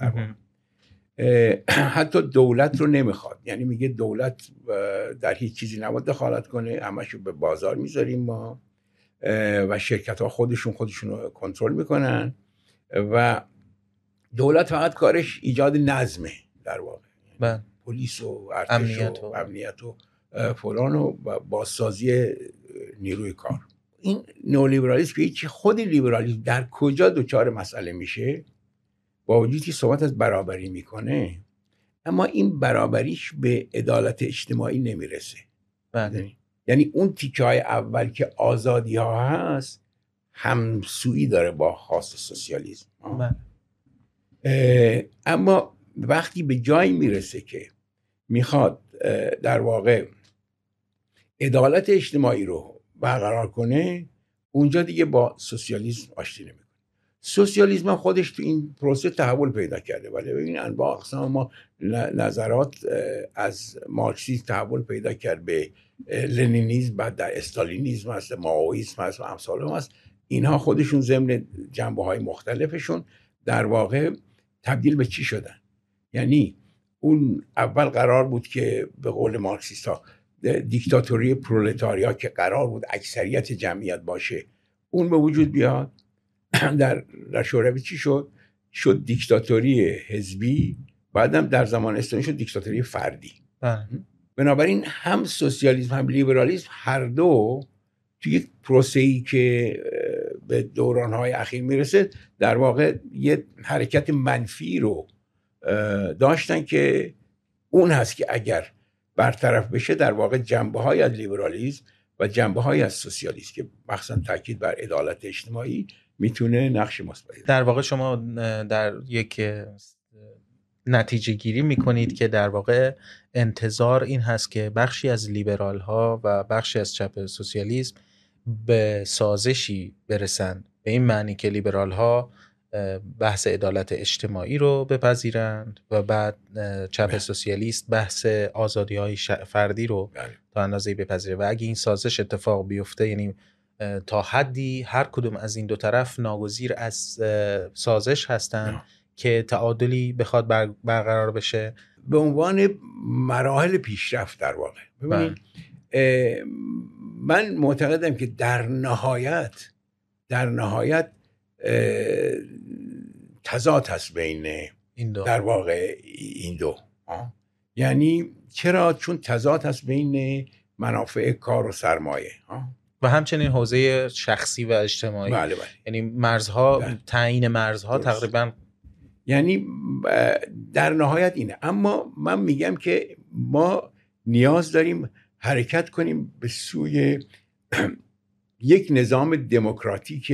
حتی دولت رو نمیخواد، یعنی میگه دولت در هیچ چیزی نباید دخالت کنه، همشو به بازار میذاریم ما و شرکت ها خودشون رو کنترل میکنن و دولت فقط کارش ایجاد نظمه در واقع، پلیس و ارتش و امنیت و فلان و بازسازی نیروی کار. این نئولیبرالیسم که هیچ خود لیبرالیسم در کجا دوچار مسئله میشه، با وجودی که صحبت از برابری میکنه، اما این برابریش به عدالت اجتماعی نمیرسه. یعنی اون تیکه های اول که آزادی ها هست همسویی داره با خاص سوسیالیسم. اما وقتی به جایی میرسه که میخواد در واقع عدالت اجتماعی رو برقرار کنه، اونجا دیگه با سوسیالیسم آشتی نمیکنه. سوسیالیسم هم خودش تو این پروسه تحول پیدا کرده، ولی ببین انواع اقسام ما نظرات از مارکسیسم تحول پیدا کرد به لنینیسم، بعد در استالینیسم هست، مائویسم هست و امثال هم هست. اینها خودشون ضمن جنبه‌های مختلفشون در واقع تبدیل به چی شدن؟ یعنی اون اول قرار بود که به قول مارکسیست‌ها دیکتاتوری پرولتاریا که قرار بود اکثریت جمعیت باشه اون به وجود بیاد. در شوروی چی شد؟ شد دیکتاتوری حزبی، بعدم در زمان استالین شد دیکتاتوری فردی. بنابراین هم سوسیالیسم هم لیبرالیسم هر دو توی یک پروسه‌ای که به دوران‌های اخیر میرسه در واقع یه حرکت منفی رو داشتن که اون هست که اگر برطرف بشه در واقع جنبه‌های از لیبرالیسم و جنبه‌های از سوسیالیسم که مخصوصا تاکید بر عدالت اجتماعی میتونه نقش مثبت. در واقع شما در یک نتیجه گیری میکنید که در واقع انتظار این هست که بخشی از لیبرال ها و بخشی از چپ سوسیالیسم به سازشی برسند، به این معنی که لیبرال ها بحث عدالت اجتماعی رو بپذیرند و بعد چپ سوسیالیست بحث آزادی های فردی رو تا اندازه‌ای بپذیره. و اگه این سازش اتفاق بیفته، یعنی تا حدی هر کدوم از این دو طرف ناگزیر از سازش هستن که تعادلی بخواد برقرار بشه به عنوان مراحل پیشرفت در واقع. ببینید من معتقدم که در نهایت تضاد هست بین این دو. در واقع این دو یعنی چرا؟ چون تضاد هست بین منافع کار و سرمایه و همچنین حوزه شخصی و اجتماعی. بله. یعنی مرزها، تعیین مرزها تقریبا، یعنی در نهایت اینه. اما من میگم که ما نیاز داریم حرکت کنیم به سوی یک نظام دموکراتیک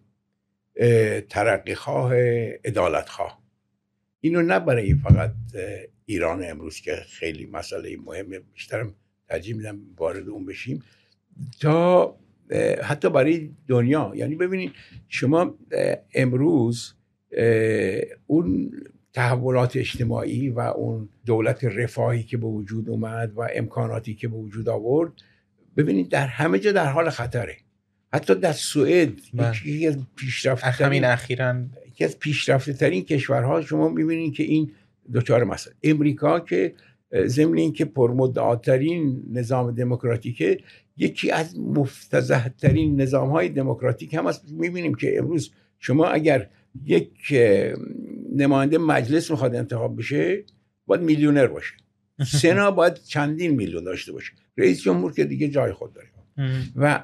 ترقیخواه، عدالتخواه. اینو نه برای فقط ایران امروز که خیلی مسئله مهمه، بیشترم ترجیح میدم وارد اون بشیم، تا حتی برای دنیا. یعنی ببینید شما امروز اون تحولات اجتماعی و اون دولت رفاهی که به وجود اومد و امکاناتی که به وجود آورد، ببینید در همه جا در حال خطره. حتی در سوئد یکی از پیشرفته ترین کشورها شما میبینید که این دوچار مسئله. امریکا که ضمن این که پرمدعاترین نظام دموکراتیکه، یکی از مفتضح ترین نظام های دموکراتیک هم است. میبینیم که امروز شما اگر یک نماینده مجلس میخواد انتخاب بشه باید میلیونر باشه، سنا باید چندین میلیون داشته باشه، رئیس جمهور که دیگه جای خود داره. و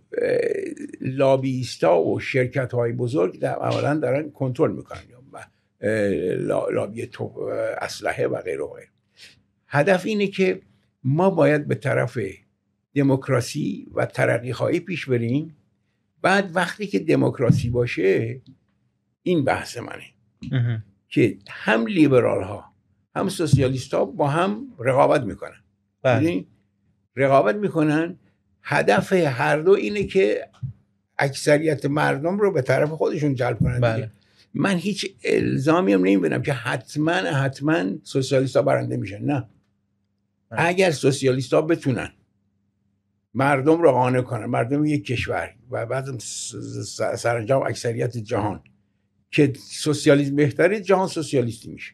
لابیستا و شرکت های بزرگ در عملا دارن کنترل میکنن، لابی اسلحه و غیره و غیره. هدف اینه که ما باید به طرف دموکراسی و ترقی خواهی پیش بریم. بعد وقتی که دموکراسی باشه، این بحث منه که هم لیبرال ها هم سوسیالیست ها با هم رقابت میکنن. بله. رقابت میکنن، هدف هر دو اینه که اکثریت مردم رو به طرف خودشون جلب کنن. بله. من هیچ الزامی هم نمیبینم که حتما سوسیالیست ها برنده میشن. نه. اگر سوسیالیست ها بتونن مردم رو قانع کنن، مردم یک کشور و بعد سرانجام اکثریت جهان که سوسیالیسم بهتره، جهان سوسیالیستی میشه.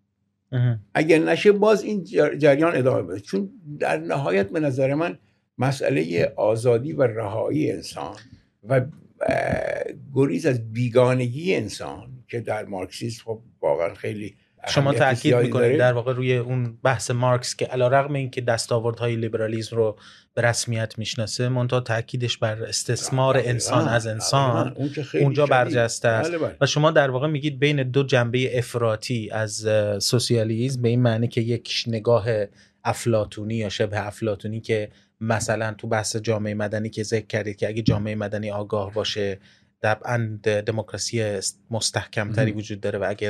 اگر نشه باز این جریان ادامه بده. چون در نهایت به نظر من مسئله آزادی و رهایی انسان و گریز از بیگانگی انسان که در مارکسیسم خب واقعا خیلی شما تاکید میکنید در واقع روی اون بحث مارکس که علیرغم اینکه دستاوردهای لیبرالیسم رو به رسمیت میشناسه، منتها تاکیدش بر استثمار انسان از انسان اونجا برجسته است. و شما در واقع میگید بین دو جنبه افراطی از سوسیالیسم، به این معنی که یک نگاه افلاطونی یا شبه افلاطونی که مثلا تو بحث جامعه مدنی که ذکر کردید که اگه جامعه مدنی آگاه باشه طبعاً دموکراسی مستحکمتری وجود داره و اگر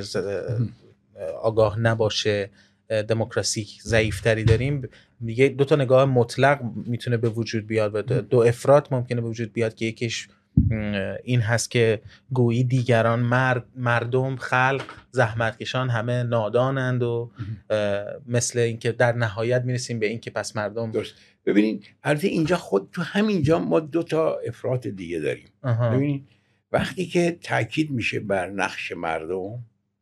آگاه نباشه دموکراسی ضعیفتری داریم. میگه دو تا نگاه مطلق میتونه به وجود بیاد و دو افراط ممکنه به وجود بیاد که یکیش این هست که گویی دیگران مردم خلق زحمتکشان همه نادانند و مثل اینکه در نهایت میرسیم به این که پس مردم درست. ببینید البته اینجا خود تو همینجا ما دو تا افراط دیگه داریم. ببینید وقتی که تاکید میشه بر نقش مردم،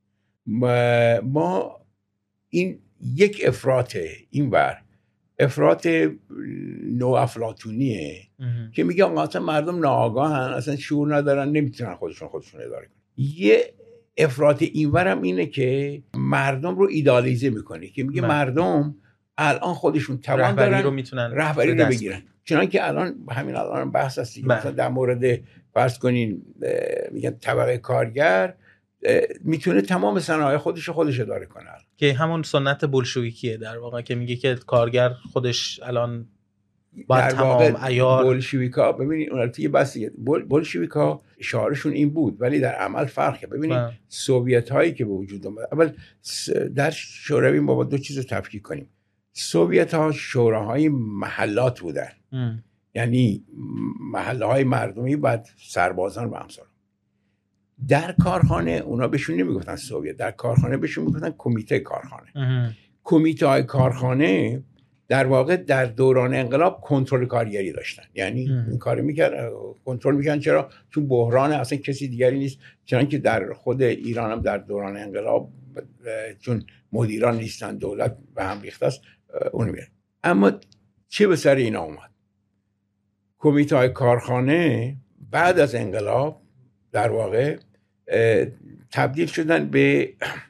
ما این یک افراطه، این بر افراط نو افلاطونیه که میگه اصلا مردم ناآگاهن، اصلا شعور ندارن، نمیتونن خودشون اداره کنن. یه افراط اینور هم اینه که مردم رو ایدالیزه میکنه که میگه مردم الان خودشون توان دارن رهبری رو بگیرن. چنانکه الان بحث هست مثلا در مورد فرض کنین میگن طبقه کارگر میتونه تمام صنایع خودش اداره کنه، که همون سنت بولشویکیه در واقع که میگه که کارگر خودش الان با تمام عیار. بولشویکا ببینید اون البته یه بحثیه، بولشویکا شعارشون این بود ولی در عمل فرقه. ببینید سوویت هایی که به وجود اومد، اول در شوروی ما با دو چیز رو تفکیک کنیم. سوویت ها شوراهای محلات بودن، یعنی محله های مردمی بعد سربازان و امثال. در کارخانه اونا بهشون نمیگفتن سوویت، در کارخانه بهشون میگفتن کمیته کارخانه. کمیته های کارخانه در واقع در دوران انقلاب کنترل کارگری داشتن، یعنی این کارو میکرد، کنترل میکردن. چرا؟ چون بحران اصلا کسی دیگری نیست. چنانکه در خود ایران هم در دوران انقلاب چون مدیران نیستن، دولت به هم ریخته است، اون میاد. اما چه به سر اینا اومد؟ کمیته های کارخانه بعد از انقلاب در واقع تبدیل شدن به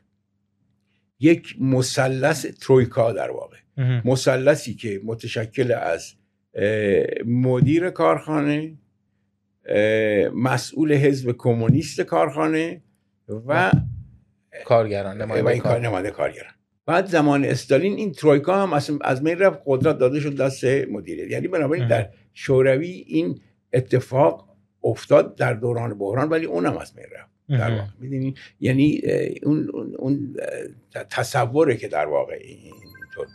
یک مثلث ترویکا، در واقع مثلثی که متشکل از مدیر کارخانه، مسئول حزب کمونیست کارخانه و کارگران، نماینده کارگران. بعد زمان استالین این ترویکا هم از بین رفت، قدرت داده شد دست مدیریت. یعنی بنابراین در شوروی این اتفاق افتاد در دوران بحران، ولی اونم از بین رفت در واقع. می‌دونید یعنی اون تصوره که در واقع اینطور.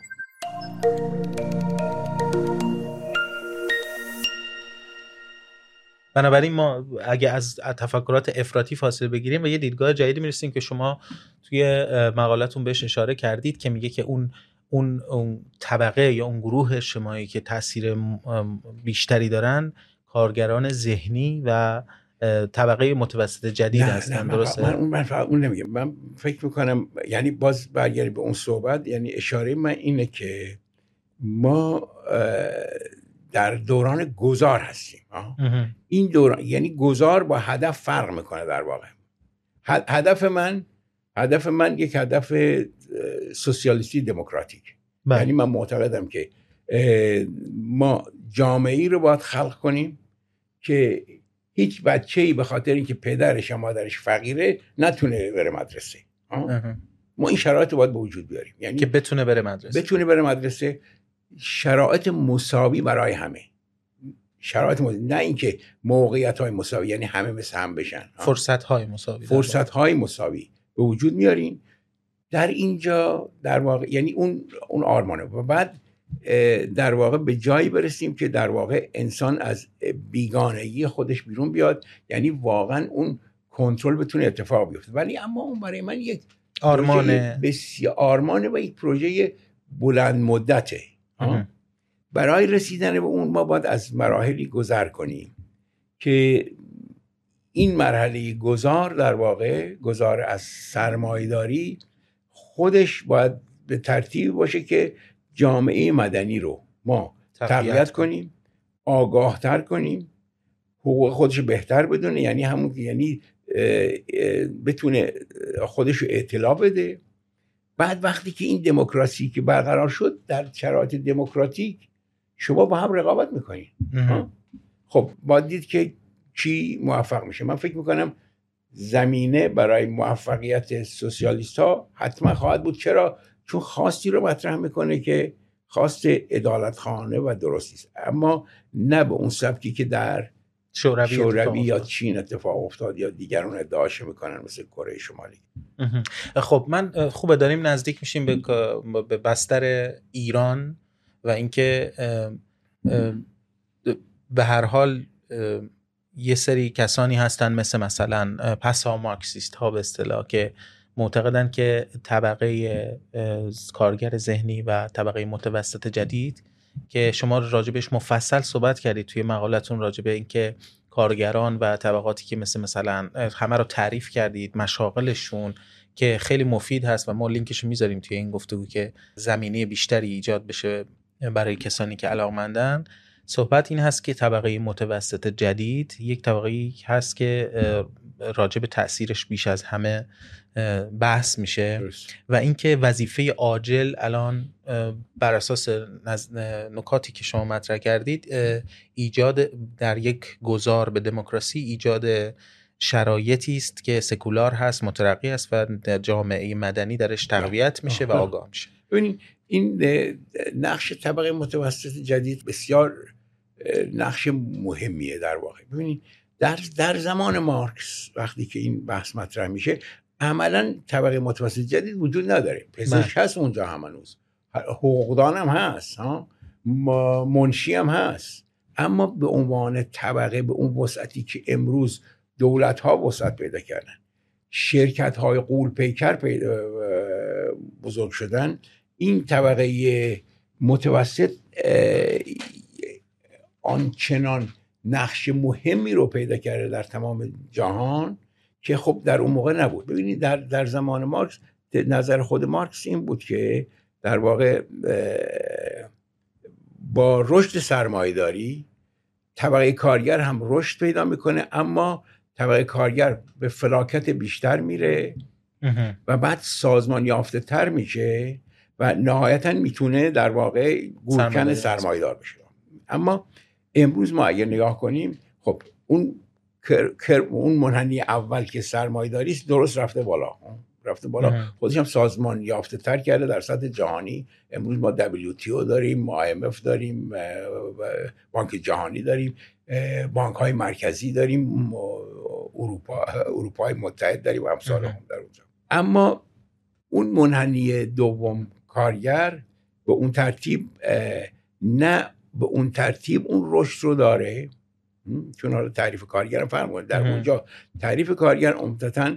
بنابراین ما اگه از تفکرات افراطی فاصله بگیریم و یه دیدگاه جدیدی میرسیم که شما توی مقالتون بهش اشاره کردید که میگه که اون طبقه یا اون گروه اجتماعی که تاثیر بیشتری دارن کارگران ذهنی و طبقه متوسط جدید هستن. درسته؟ من فقط اون نمیگم. من فکر میکنم یعنی باز برگردیم به اون صحبت، یعنی اشاره من اینه که ما در دوران گذار هستیم. این دوران یعنی گذار با هدف فرق میکنه در واقع. هدف من یک هدف سوسیالیستی دموکراتیک. یعنی من معتقدم که ما جامعه‌ای رو باید خلق کنیم که هیچ بچه‌ای به خاطر اینکه پدرش یا مادرش فقیره نتونه بره مدرسه. ما این شرایط رو باید به وجود بیاریم، یعنی که بتونه بره مدرسه. شرایط مساوی برای همه. نه اینکه موقعیت‌های مساوی، یعنی همه مثل هم بشن. فرصت‌های مساوی به وجود میاریم در اینجا در واقع، یعنی اون آرمانه. و بعد در واقع به جایی برسیم که در واقع انسان از بیگانگی خودش بیرون بیاد، یعنی واقعا اون کنترل بتونه اتفاق بیفته. ولی اما اون برای من یک آرمانه و یک پروژه بلند مدته. برای رسیدن به اون ما باید از مراحلی گذر کنیم که این مرحله گذار در واقع گذار از سرمایه‌داری خودش باید به ترتیب باشه که جامعه مدنی رو ما تقویت کنیم، آگاهتر کنیم، حقوق خودش بهتر بدونه، یعنی بتونه خودش رو اطلاع بده. بعد وقتی که این دموکراسی که برقرار شد، در شرایط دموکراتیک شما با هم رقابت میکنین. خب باید دید که چی موفق میشه. من فکر میکنم زمینه برای موفقیت سوسیالیست ها حتما خواهد بود. چرا؟ چون خواستی رو مطرح میکنه که خواست عدالتخانه و درستی است، اما نه به اون سبکی که در شوروی یا چین اتفاق افتاد یا دیگران ادعاش میکنن مثل کره شمالی. خب من خوبه داریم نزدیک میشیم به بستر ایران و اینکه به هر حال یه سری کسانی هستن مثلا پسا مارکسیست ها به اصطلاح که معتقدن که طبقه کارگر ذهنی و طبقه متوسط جدید که شما راجبش مفصل صحبت کردید توی مقالتون، راجب اینکه کارگران و طبقاتی که مثلا همه رو تعریف کردید، مشاغلشون که خیلی مفید هست و ما لینکشو میذاریم توی این گفتگو که زمینه بیشتری ایجاد بشه برای کسانی که علاقمندن. صحبت این هست که طبقه متوسط جدید یک طبقه هست که راجب تأثیرش بیش از همه بحث میشه و اینکه وظیفه عاجل الان بر اساس نکاتی که شما مطرح کردید ایجاد در یک گذار به دموکراسی، ایجاد شرایطی است که سکولار هست، مترقی است و در جامعه مدنی درش تقویت میشه و آگاه میشه. ببینید این نقش طبقه متوسط جدید بسیار نقش مهمیه در واقع. ببینید در زمان مارکس وقتی که این بحث مطرح میشه عملا طبقه متوسط جدید وجود نداره. پزشک هست اونجا، هنوز حقوقدان هم هست، منشی هم هست، اما به عنوان طبقه به اون وسعتی که امروز دولت ها وسعت پیدا کردن، شرکت های غول پیکر بزرگ شدن، این طبقه متوسط آنچنان نقش مهمی رو پیدا کرده در تمام جهان که خب در اون موقع نبود. ببینید در زمان مارکس نظر خود مارکس این بود که در واقع با رشد سرمایه‌داری طبقه کارگر هم رشد پیدا میکنه، اما طبقه کارگر به فلاکت بیشتر میره و بعد سازمان یافته تر میشه و نهایتا میتونه در واقع گورکن سرمایه‌دار بشه. اما امروز ما اگر نگاه کنیم، خب اون منحنی اول که سرمایه‌داری است درست رفته بالا، خودش هم سازمان یافته تر کرده در سطح جهانی. امروز ما WTO داریم، IMF داریم، بانک جهانی داریم، بانک‌های مرکزی داریم، اروپای متحد داریم و امثال هم در اونجا. اما اون منحنی دوم کارگر به اون ترتیب نه به اون ترتیب اون رشد رو داره، چون حالا تعریف کارگر فرق کنه. در اونجا تعریف کارگر عمدتاً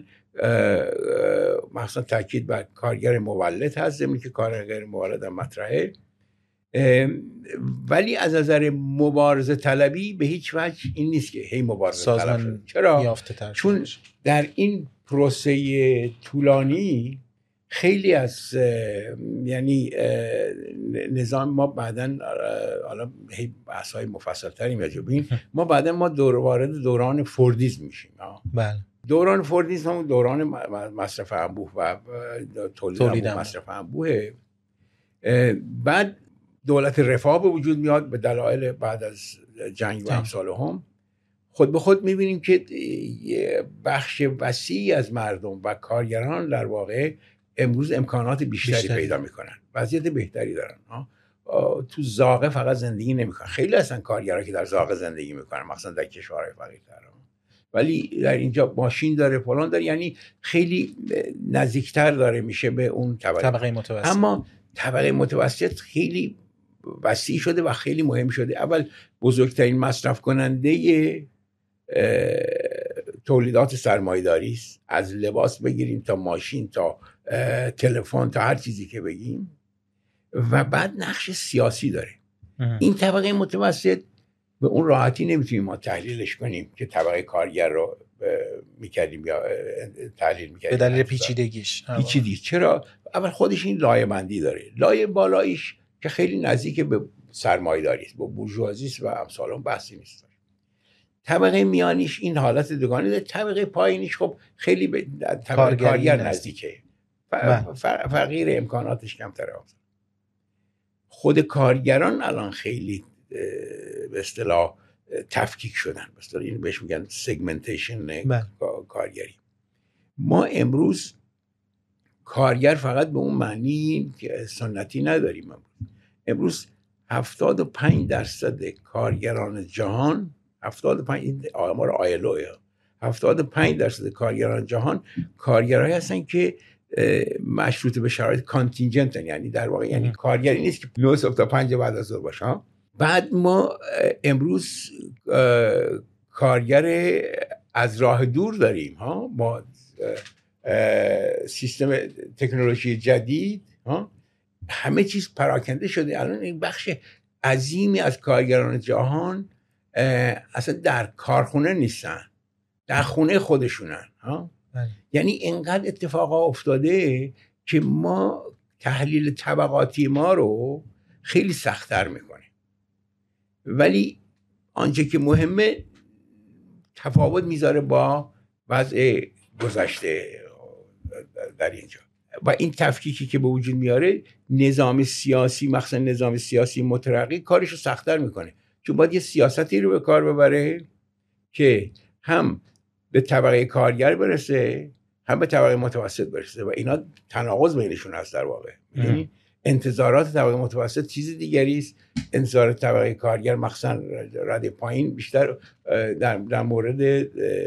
مثلا تاکید بر کارگر مولد هست، زمین که کارگر مولد هم مطرحه. ولی از نظر مبارزه طلبی به هیچ وجه این نیست که هی مبارزه طلب شده. چرا؟ چون در این پروسه طولانی خیلی از یعنی نظام ما بعدن حالا بحث‌های مفصل‌تری می‌جوبیم ما بعدن ما وارد دوران فوردیسم میشیم. بله. دوران فوردیسم هم دوران مصرف انبوه و تولید مصرف انبوه. بعد دولت رفاه به وجود میاد به دلایل بعد از جنگ و امثال هم. خود به خود می‌بینیم که بخش وسیعی از مردم و کارگران در واقع امروز امکانات بیشتری پیدا میکنن، وضعیت بهتری دارن. تو زاغه فقط زندگی نمیکنن، خیلی هستن کارگرها که در زاغه زندگی میکنن مثلا در کشورهای فقیرتر، ولی در اینجا ماشین داره فلان داره، یعنی خیلی نزدیکتر داره میشه به اون طبقه متوسط. اما طبقه متوسط خیلی وسیع شده و خیلی مهم شده. اول بزرگترین مصرف کننده تولیدات سرمایه‌داری است، از لباس بگیریم تا ماشین تا تلفن تا هر چیزی که بگیم، و بعد نقش سیاسی داره. این طبقه متوسط به اون راحتی نمیتونیم ما تحلیلش کنیم که طبقه کارگر رو میکردیم یا تحلیل میکردیم به دلیل پیچیدگیش. چرا؟ اول خودش این لایه بندی داره. لایه بالاییش که خیلی نزدیک به سرمایه‌داری است، با بورژوازی است و امثال اون بحثی نیست. طبقه میانیش این حالت دوگانه داره. طبقه پایینیش خب خیلی به طبقه کارگر نزدیکه، فقیر، امکاناتش کمتره. خود کارگران الان خیلی به اصطلاح تفکیک شدن، به اصطلاح این بهش میگن سگمنتیشن کارگری. ما امروز کارگر فقط به اون معنی که سنتی نداریم. امروز 75% کارگران جهان، 75 این آمار آیلوه، 75% کارگران جهان کارگرایی هستن که مشروط به شرایط کانتینجنت، یعنی در واقع یعنی کارگری نیست که 9 صبح تا 5 بعد از ظهر باشه. بعد ما امروز کارگر از راه دور داریم. ما سیستم تکنولوژی جدید، همه چیز پراکنده شده. الان این بخش عظیمی از کارگران جهان اصلا در کارخونه نیستن، در خونه خودشونن. یعنی اینقدر اتفاقا افتاده که ما تحلیل طبقاتی ما رو خیلی سخت‌تر میکنه، ولی آنچه که مهمه تفاوت میذاره با وضع گذشته در اینجا. و این تفکیکی که به وجود میاره نظام سیاسی، مخصوصا نظام سیاسی مترقی، کارش رو سخت‌تر میکنه، چون باید یه سیاستی رو به کار ببره که هم به طبقه کارگر برسه هم به طبقه متوسط برسه، و اینا تناقض بینشون هست در واقع. یعنی انتظارات طبقه متوسط چیز دیگری است، انتظارات طبقه کارگر مخصوصا رده پایین بیشتر در مورد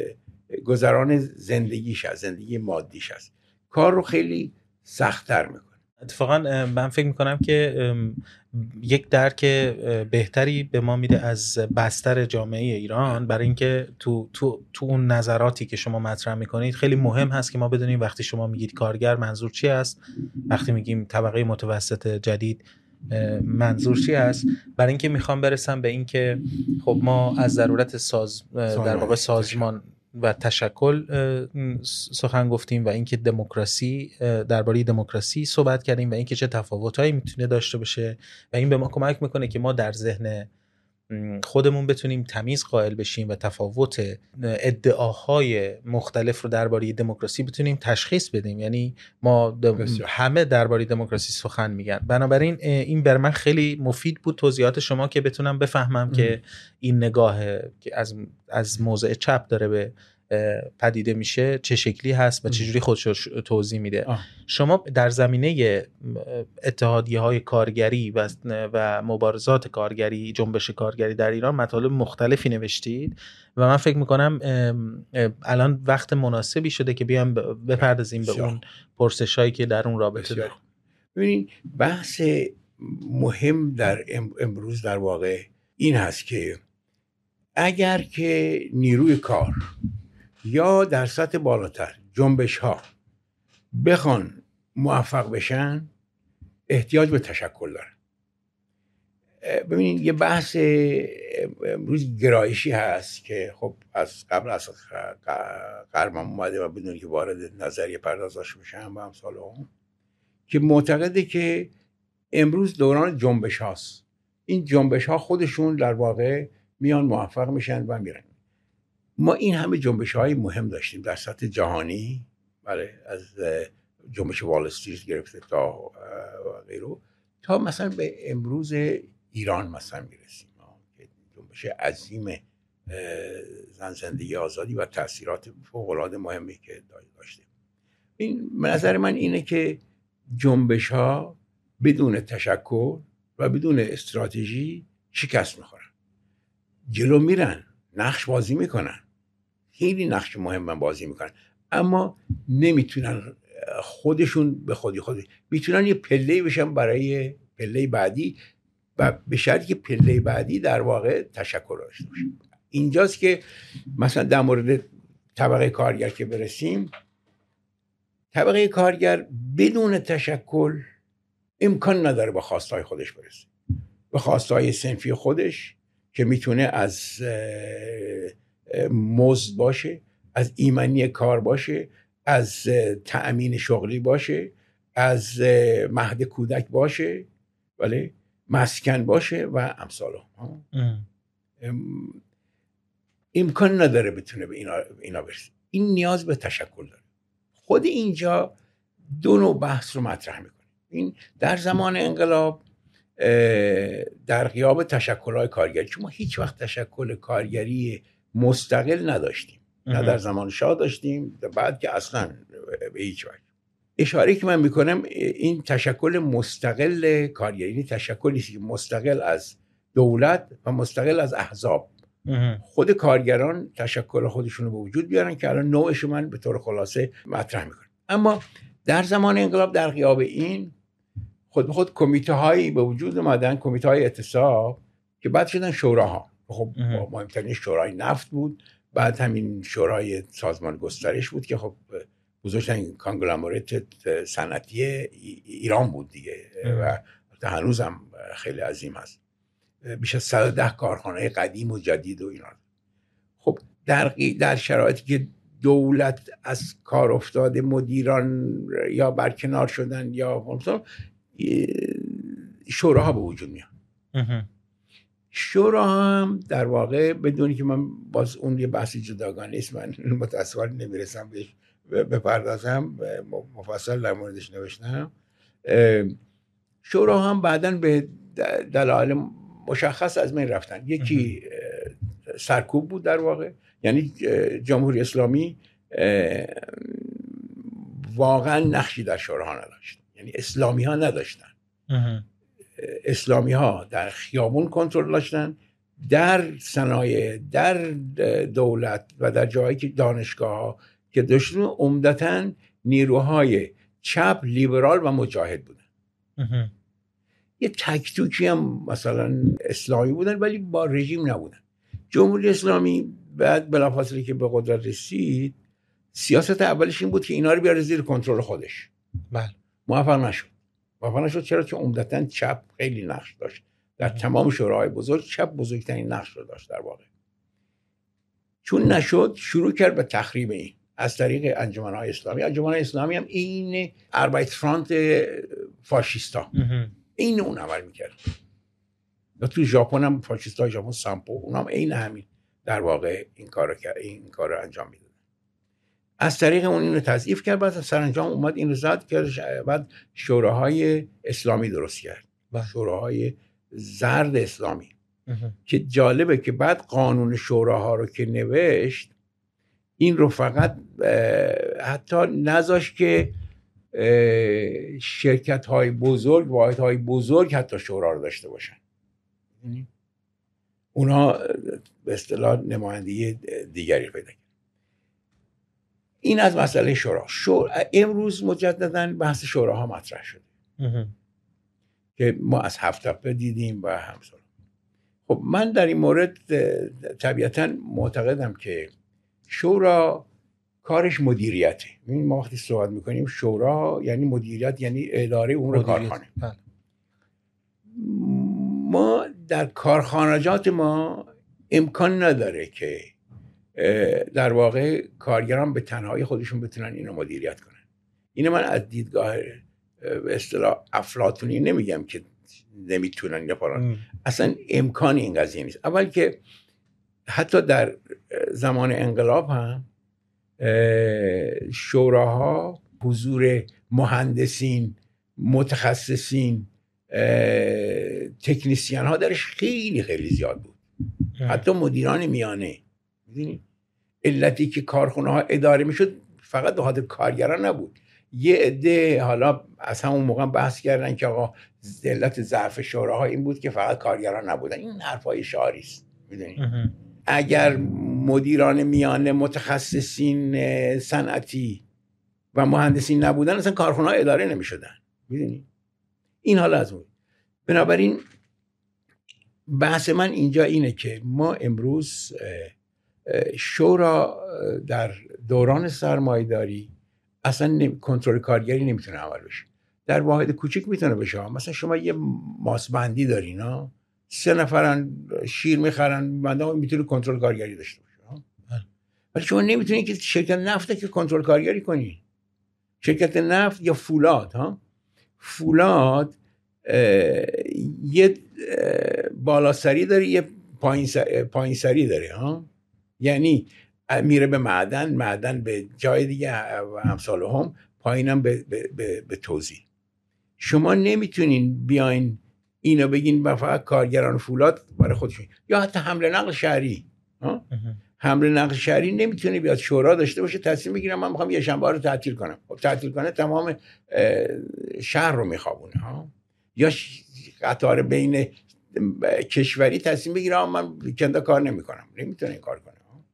گذران زندگیش هست، زندگی مادیش هست، کار رو خیلی سخت‌تر میکنه. اتفاقا من فکر میکنم که یک درک بهتری به ما میده از بستر جامعه ایران، برای اینکه تو اون نظراتی که شما مطرح میکنید خیلی مهم هست که ما بدونیم وقتی شما میگید کارگر منظور چی است، وقتی میگیم طبقه متوسط جدید منظور چی است. برای اینکه میخوام برسم به این که خب ما از ضرورت در واقع سازمان و تشکل سخن گفتیم و اینکه دموکراسی، درباره دموکراسی صحبت کردیم و اینکه چه تفاوتایی میتونه داشته باشه، و این به ما کمک میکنه که ما در ذهن خودمون بتونیم تمیز قائل بشیم و تفاوت ادعاهای مختلف رو درباره دموکراسی بتونیم تشخیص بدیم. یعنی ما همه درباره دموکراسی سخن میگن. بنابراین این بر من خیلی مفید بود توضیحات شما که بتونم بفهمم که این نگاه که از موضع چپ داره به پدیده میشه چه شکلی هست و چجوری خودش توضیح میده. شما در زمینه اتحادیه‌های کارگری و مبارزات کارگری، جنبش کارگری در ایران مطالب مختلفی نوشتید و من فکر میکنم الان وقت مناسبی شده که بیام بپردازیم به اون پرسشایی که در اون رابطه داریم. ببینید بحث مهم در امروز در واقع این هست که اگر که نیروی کار یا در سطح بالاتر جنبش ها بخوان موفق بشن احتیاج به تشکل دارن. ببینید یه بحث امروز گرایشی هست که خب از قبل از قرم اومده و بدون که وارد نظریه پردازش بشم با امثال هم، که معتقده که امروز دوران جنبش هاست. این جنبش ها خودشون در واقع میان موفق میشن و میرن. ما این همه جنبش های مهم داشتیم در سطح جهانی، بله، از جنبش وال استریت گرفته تا غیره، تا مثلا به امروز ایران مثلا میرسیم که جنبش عظیم زن زندگی آزادی و تاثیرات فوق‌العاده مهمی که داشته. این نظر من اینه که جنبش ها بدون تشکل و بدون استراتژی شکست میخورن. جلو میرن، نقش بازی میکنن، خیلی نقش مهم بازی میکنن، اما نمیتونن خودشون به خودی میتونن یه پله بشن برای پله بعدی، و به شرطی که پله بعدی در واقع تشکل داشته باشه. اینجاست که مثلا در مورد طبقه کارگر که برسیم، طبقه کارگر بدون تشکل امکان نداره با خواستهای خودش برسه، به خواستهای صنفی خودش که میتونه از مزد باشه، از ایمنی کار باشه، از تأمین شغلی باشه، از مهد کودک باشه، ولی مسکن باشه و امثاله. امکان نداره بتونه به اینا برسه. این نیاز به تشکل داره. خود اینجا دو نوع بحث رو مطرح میکنه. این در زمان انقلاب در غیاب تشکل‌های کارگری، چون ما هیچ وقت تشکل کارگری مستقل نداشتیم، نه در زمان شاه داشتیم، بعد که اصلا به هیچ وجه. اشاره که من میکنم این تشکل مستقل کارگری، این تشکلی که مستقل از دولت و مستقل از احزاب، خود کارگران تشکل خودشون رو به وجود بیارن که الان نوعش من به طور خلاصه مطرح میکنم. اما در زمان انقلاب در غیاب این خود به خود کمیته هایی به وجود اومدن، کمیته های اعتصاب که بعد شدن شوراها. خب مهمترین شورای نفت بود، بعد همین شورای سازمان گسترش بود که خب بزرگترین کانگلامریت صنعتی ایران بود دیگه و هنوز هم خیلی عظیم هست، بیش از 110 کارخانه قدیم و جدید و اینا. خب در شرایطی که دولت از کار افتاده، مدیران یا برکنار شدن یا شوراها به وجود میان. شوراها هم در واقع بدونی که من باز اون یه بحثی جداگانه است، من متأسفانه نمیرسم بهش بپردازم، مفصل در موردش نوشتم. شوراها هم بعداً به دلایل مشخص از من رفتن. یکی سرکوب بود در واقع، یعنی جمهوری اسلامی واقعا نقشی در شوراها نداشت، یعنی اسلامی ها نداشتن. اسلامی ها در خیابون کنترل داشتن، در صنایع، در دولت و در جایی که دانشگاه ها که داشتن عمدتاً نیروهای چپ، لیبرال و مجاهد بودن. یه تکتوکی هم مثلا اسلامی بودن ولی با رژیم نبودن. جمهوری اسلامی بعد بلافاصله که به قدرت رسید، سیاست اولش این بود که اینا رو بیاره زیر کنترل خودش. بله. موفق نشد. چرا؟ چون عمدتاً چپ خیلی نقش داشت در تمام شوراهای بزرگ. چپ بزرگترین نقش رو داشت در واقع. چون نشد، شروع کرد به تخریب این از طریق انجمن‌های اسلامی. انجمن‌های اسلامی هم این آربایت فرانت فاشیستا این اون عمل میکرد. و تو ژاپن هم فاشیستای ژاپن سامپو، اونام عین همین در واقع این کارو انجام میدادن. از طریق اون اینو تضعیف کرد، بعد سرانجام اومد این رو زد که بعد شوراهای اسلامی درست کرد. شوراهای زرد اسلامی که جالبه که بعد قانون شوراها رو که نوشت، این رو فقط حتی نذاشت که شرکت های بزرگ، واحد های بزرگ حتی شورا رو داشته باشن. اونها به اصطلاح نمایندگی دیگری پیدا کرد. این از مسئله شورا. امروز مجددا بحث شوراها مطرح شده که ما از 7 دیدیم و همسان. خب من در این مورد طبیعتا معتقدم که شورا کارش مدیریته. ما وقتی صحبت میکنیم شورا یعنی مدیریت، یعنی اداره امور کارخانه. ما در کارخانجات ما امکان نداره که در واقع کارگران به تنهایی خودشون بتونن اینو مدیریت کنن. اینو من از دیدگاه به اصطلاح افلاطونی نمیگم که نمیتونن یا فلان، اصلا امکان این قضیه نیست. اول که حتی در زمان انقلاب هم شوراها حضور مهندسین، متخصصین، تکنیسیان ها درش خیلی خیلی زیاد بود. حتی مدیران میانه. میدونی علتی که کارخونه ها اداره میشد فقط به خاطر کارگران نبود. یه عده حالا از همون موقع بحث کردن که آقا علت ضعف شوراها این بود که فقط کارگران نبودن. این حرفای شعاری است. میدونی اگر مدیران میانه، متخصصین صنعتی و مهندسین نبودن اصلا کارخونه ها اداره نمیشدن. میدونی این حالا از اون. بنابراین بحث من اینجا اینه که ما امروز شورا در دوران سرمایه‌داری اصلا کنترل کارگری نمیتونه عمل بشه. در واحد کوچیک میتونه بشه. مثلا شما یه ماسبندی دارین ها، 3 نفرن شیر میخرن، بنده میتونه کنترل کارگری داشته باشه. ولی شما نمیتونید که شرکت نفت که کنترل کارگری کنی. شرکت نفت یا فولاد ها، فولاد یه بالا سری داره، یه پایین سری داره ها. یعنی میره به معدن به جای دیگه و امثال هم، پایینم به توزیع. شما نمیتونین بیاین اینو بگین فقط کارگران فولاد برای خودشون، یا حتی حمل نقل شهری ها. حمل نقل شهری نمیتونه بیاد شورا داشته باشه تصمیم بگیرم من میخوام یه شنبه رو تعطیل کنم. خب تعطیل کنه تمام شهر رو میخوابونه ها. یا قطار بین کشوری تصمیم بگیرم من ویکندا کار نمیکنم، نمیتونه این کار کنه.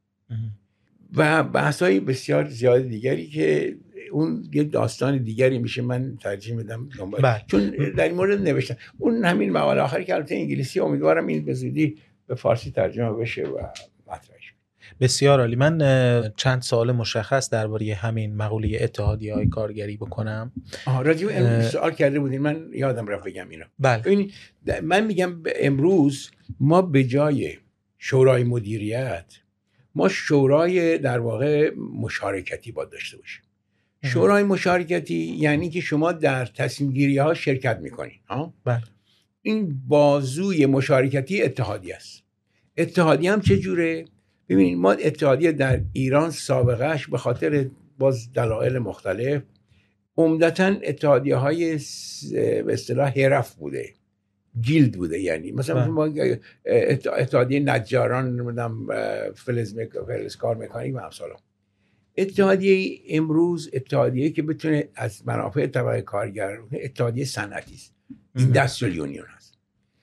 و بحث‌های بسیار زیاد دیگری که اون یه داستان دیگری میشه، من ترجیح میدم دنبال، چون در این مورد نوشتم. اون همین مقاله آخری که البته انگلیسی، امیدوارم این به زودی به فارسی ترجمه بشه و مطرح شه. بسیار عالی. من چند سوال مشخص درباره همین مقوله اتحادیه‌های کارگری بکنم. راجع به سوال کرده بودین، من یادم رفت بگم اینو. بله. من میگم امروز ما به جای شورای مدیریت ما شورای در واقع مشارکتی باید داشته باشیم. شورای مشارکتی یعنی که شما در تصمیم گیری ها شرکت میکنین ها. بله. این بازوی مشارکتی اتحادیه است. اتحادیه هم چه جوره؟ ببینید ما اتحادیه در ایران سابقهش به خاطر باز دلایل مختلف عمدتاً اتحادیه های به اصطلاح حرف بوده، گیلد بوده. یعنی مثلا ما اتحادیه نجاران، نمیدونم فلزکار مکانیک و امثال. اتحادیه امروز اتحادیه که بتونه از منافع طبقه کارگر، اتحادیه صنعتی است، اینداستریال یونیون هست.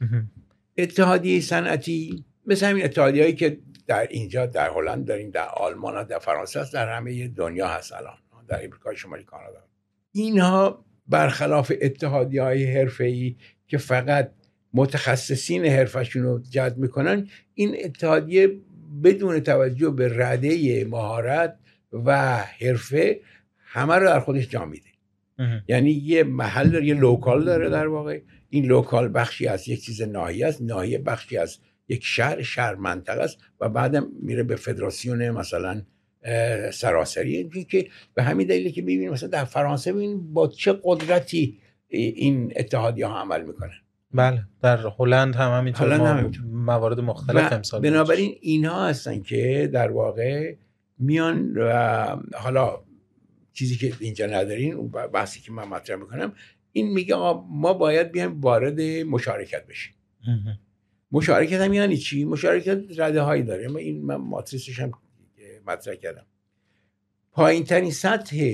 اتحادیه صنعتی مثل همین اتحادیه‌ای که در اینجا در هلند داریم، در آلمان، در فرانسه هست، در همه دنیا هست الان، در امریکای شمالی، کانادا. اینها برخلاف اتحادیه‌های حرفه‌ای که فقط متخصصین حرفشون رو جذب میکنن، این اتحادیه بدون توجه به رده مهارت و حرفه همه رو در خودش جا میده. یعنی یه محل داره، یه لوکال داره در واقع. این لوکال بخشی از یک چیز ناحیه است، ناحیه بخشی از یک شهر منطقه است و بعدم میره به فدراسیون مثلا سراسری. که به همین دلیل که ببینید مثلا در فرانسه ببینید با چه قدرتی این اتحادیه ها عمل میکنن. بله، در هلند هم همینطور، موارد مختلف امثال. بنابراین اینها هستن که در واقع میان و حالا چیزی که اینجا ندارین، اون بحثی که من مطرح میکنم این میگه ما باید بیایم وارد مشارکت بشیم. مشارکت هم یعنی چی؟ مشارکت رده هایی داره. من ماتریسش هم مطرح کردم. پایین ترین سطح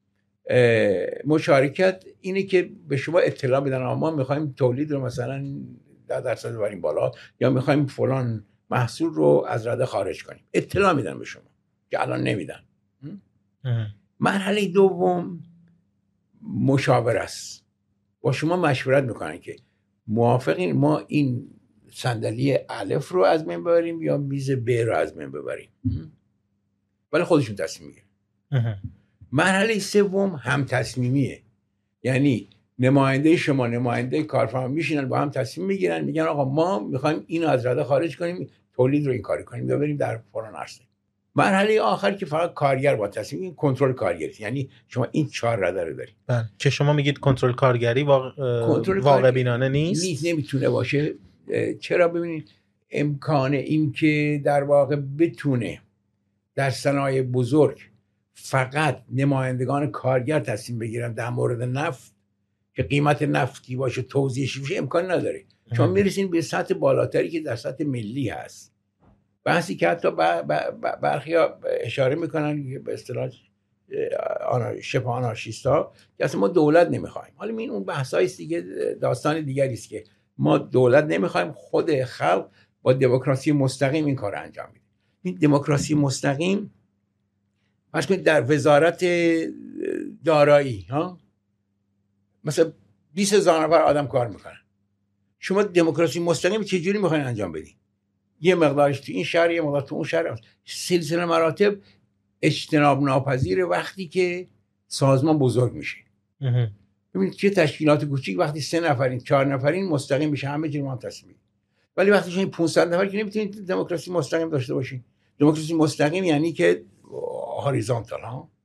مشارکت اینه که به شما اطلاع بدن ما میخوایم تولید رو مثلا 10% ببریم بالا، یا میخوایم فلان محصول رو از رده خارج کنیم. اطلاع میدن به شما که الان نمیدن. مرحله دوم مشاور است. با شما مشورت میکنن که موافقین ما این صندلی الف رو از من ببریم یا میز ب رو از من ببریم، ولی خودشون تصمیم میگیرن. مرحله سوم هم تصمیمیه، یعنی نماینده شما، نماینده کارفرما میشینن با هم تصمیم میگیرن، میگن آقا ما میخوایم اینو از رده خارج کنیم، تولید رو این کاری کنیم یا بریم در فلان عرصه. مرحله آخر که فقط کارگر با تصمیم، این کنترل کارگری، یعنی شما این 4 رده رو دارید. بله که شما میگید کنترل کارگری واقع بینانه نیست، نمیتونه باشه. چرا؟ ببینید امکان این که در واقع بتونه در صنایع بزرگ فقط نمایندگان کارگر تصمیم بگیرن در مورد نفت که قیمت نفتی باشه توزیعش بشه امکان نداره. شما میرسین به سطح بالاتری که در سطح ملی هست، بحثی که حتی برخیا اشاره میکنن به اصطلاح شبه آنارشیستا که اصلا ما دولت نمیخوایم. حالا این اون بحثایی است دیگه، داستان دیگری است که ما دولت نمیخوایم، خود خلق با دموکراسی مستقیم این کار انجام میده. این دموکراسی مستقیم فرض کنید در وزارت دارایی مثلا 20,000 نفر آدم کار میکنن، شما دموکراسی مستقیم چجوری میخواین انجام بدین؟ یه مقدارش تو این شهر، یه مقدار تو اون شهر، سلسله مراتب اجتناب ناپذیر وقتی که سازمان بزرگ میشه. ببینید چه تشکیلات کوچیک وقتی 3 نفرین 4 نفرین مستقیم میشه، همه چی ما تصمیم. ولی وقتی شما 500 نفر که نمیتونید دموکراسی مستقیم داشته باشین. دموکراسی مستقیم یعنی که هوریزونتال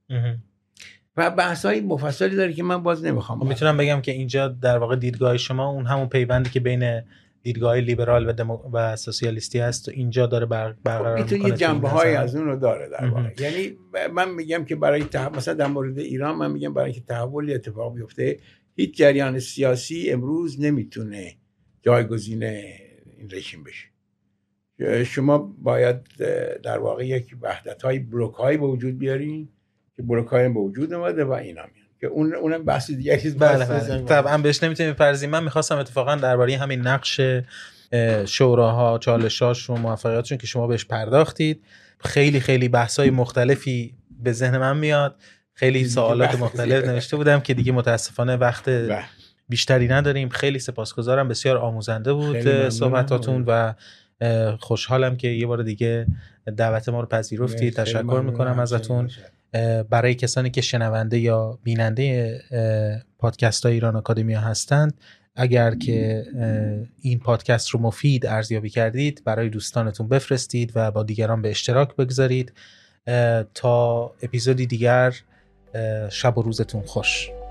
و بحث‌های مفصلی داره که من باز نمیخوام. میتونم بگم که اینجا در واقع دیدگاه شما اون همون پیوندی که بین دیدگاه لیبرال و سوسیالیستی هست اینجا داره برقرار میکنه. میتونه جنبه‌های از اون رو داره در واقع. یعنی من میگم که برای مثلا در مورد ایران من میگم برای اینکه تحولی اتفاق بیفته هیچ جریان سیاسی امروز نمیتونه جایگزین این رژیم بشه. شما باید در واقع یک وحدت‌های بلوک‌های به وجود بیارین که بلوک‌های به وجود اومده و اینا میان که اونم بحث دیگری است. بله طبعا بهش نمیتونیم بپردازیم. من می‌خواستم اتفاقا درباره همین نقش شوراها، چالش‌هاش و موفقیتشون که شما بهش پرداختید، خیلی خیلی بحث‌های مختلفی به ذهن من میاد، خیلی سوالات مختلف نوشته بودم که دیگه متاسفانه وقت بیشتری نداریم. خیلی سپاسگزارم، بسیار آموزنده بود صحبتاتون و خوشحالم که یه بار دیگه دعوت ما رو پذیرفتید. تشکر میکنم ازتون. برای کسانی که شنونده یا بیننده پادکست های ایران آکادمیا هستند، اگر که این پادکست رو مفید ارزیابی کردید برای دوستانتون بفرستید و با دیگران به اشتراک بگذارید. تا اپیزودی دیگر، شب و روزتون خوش.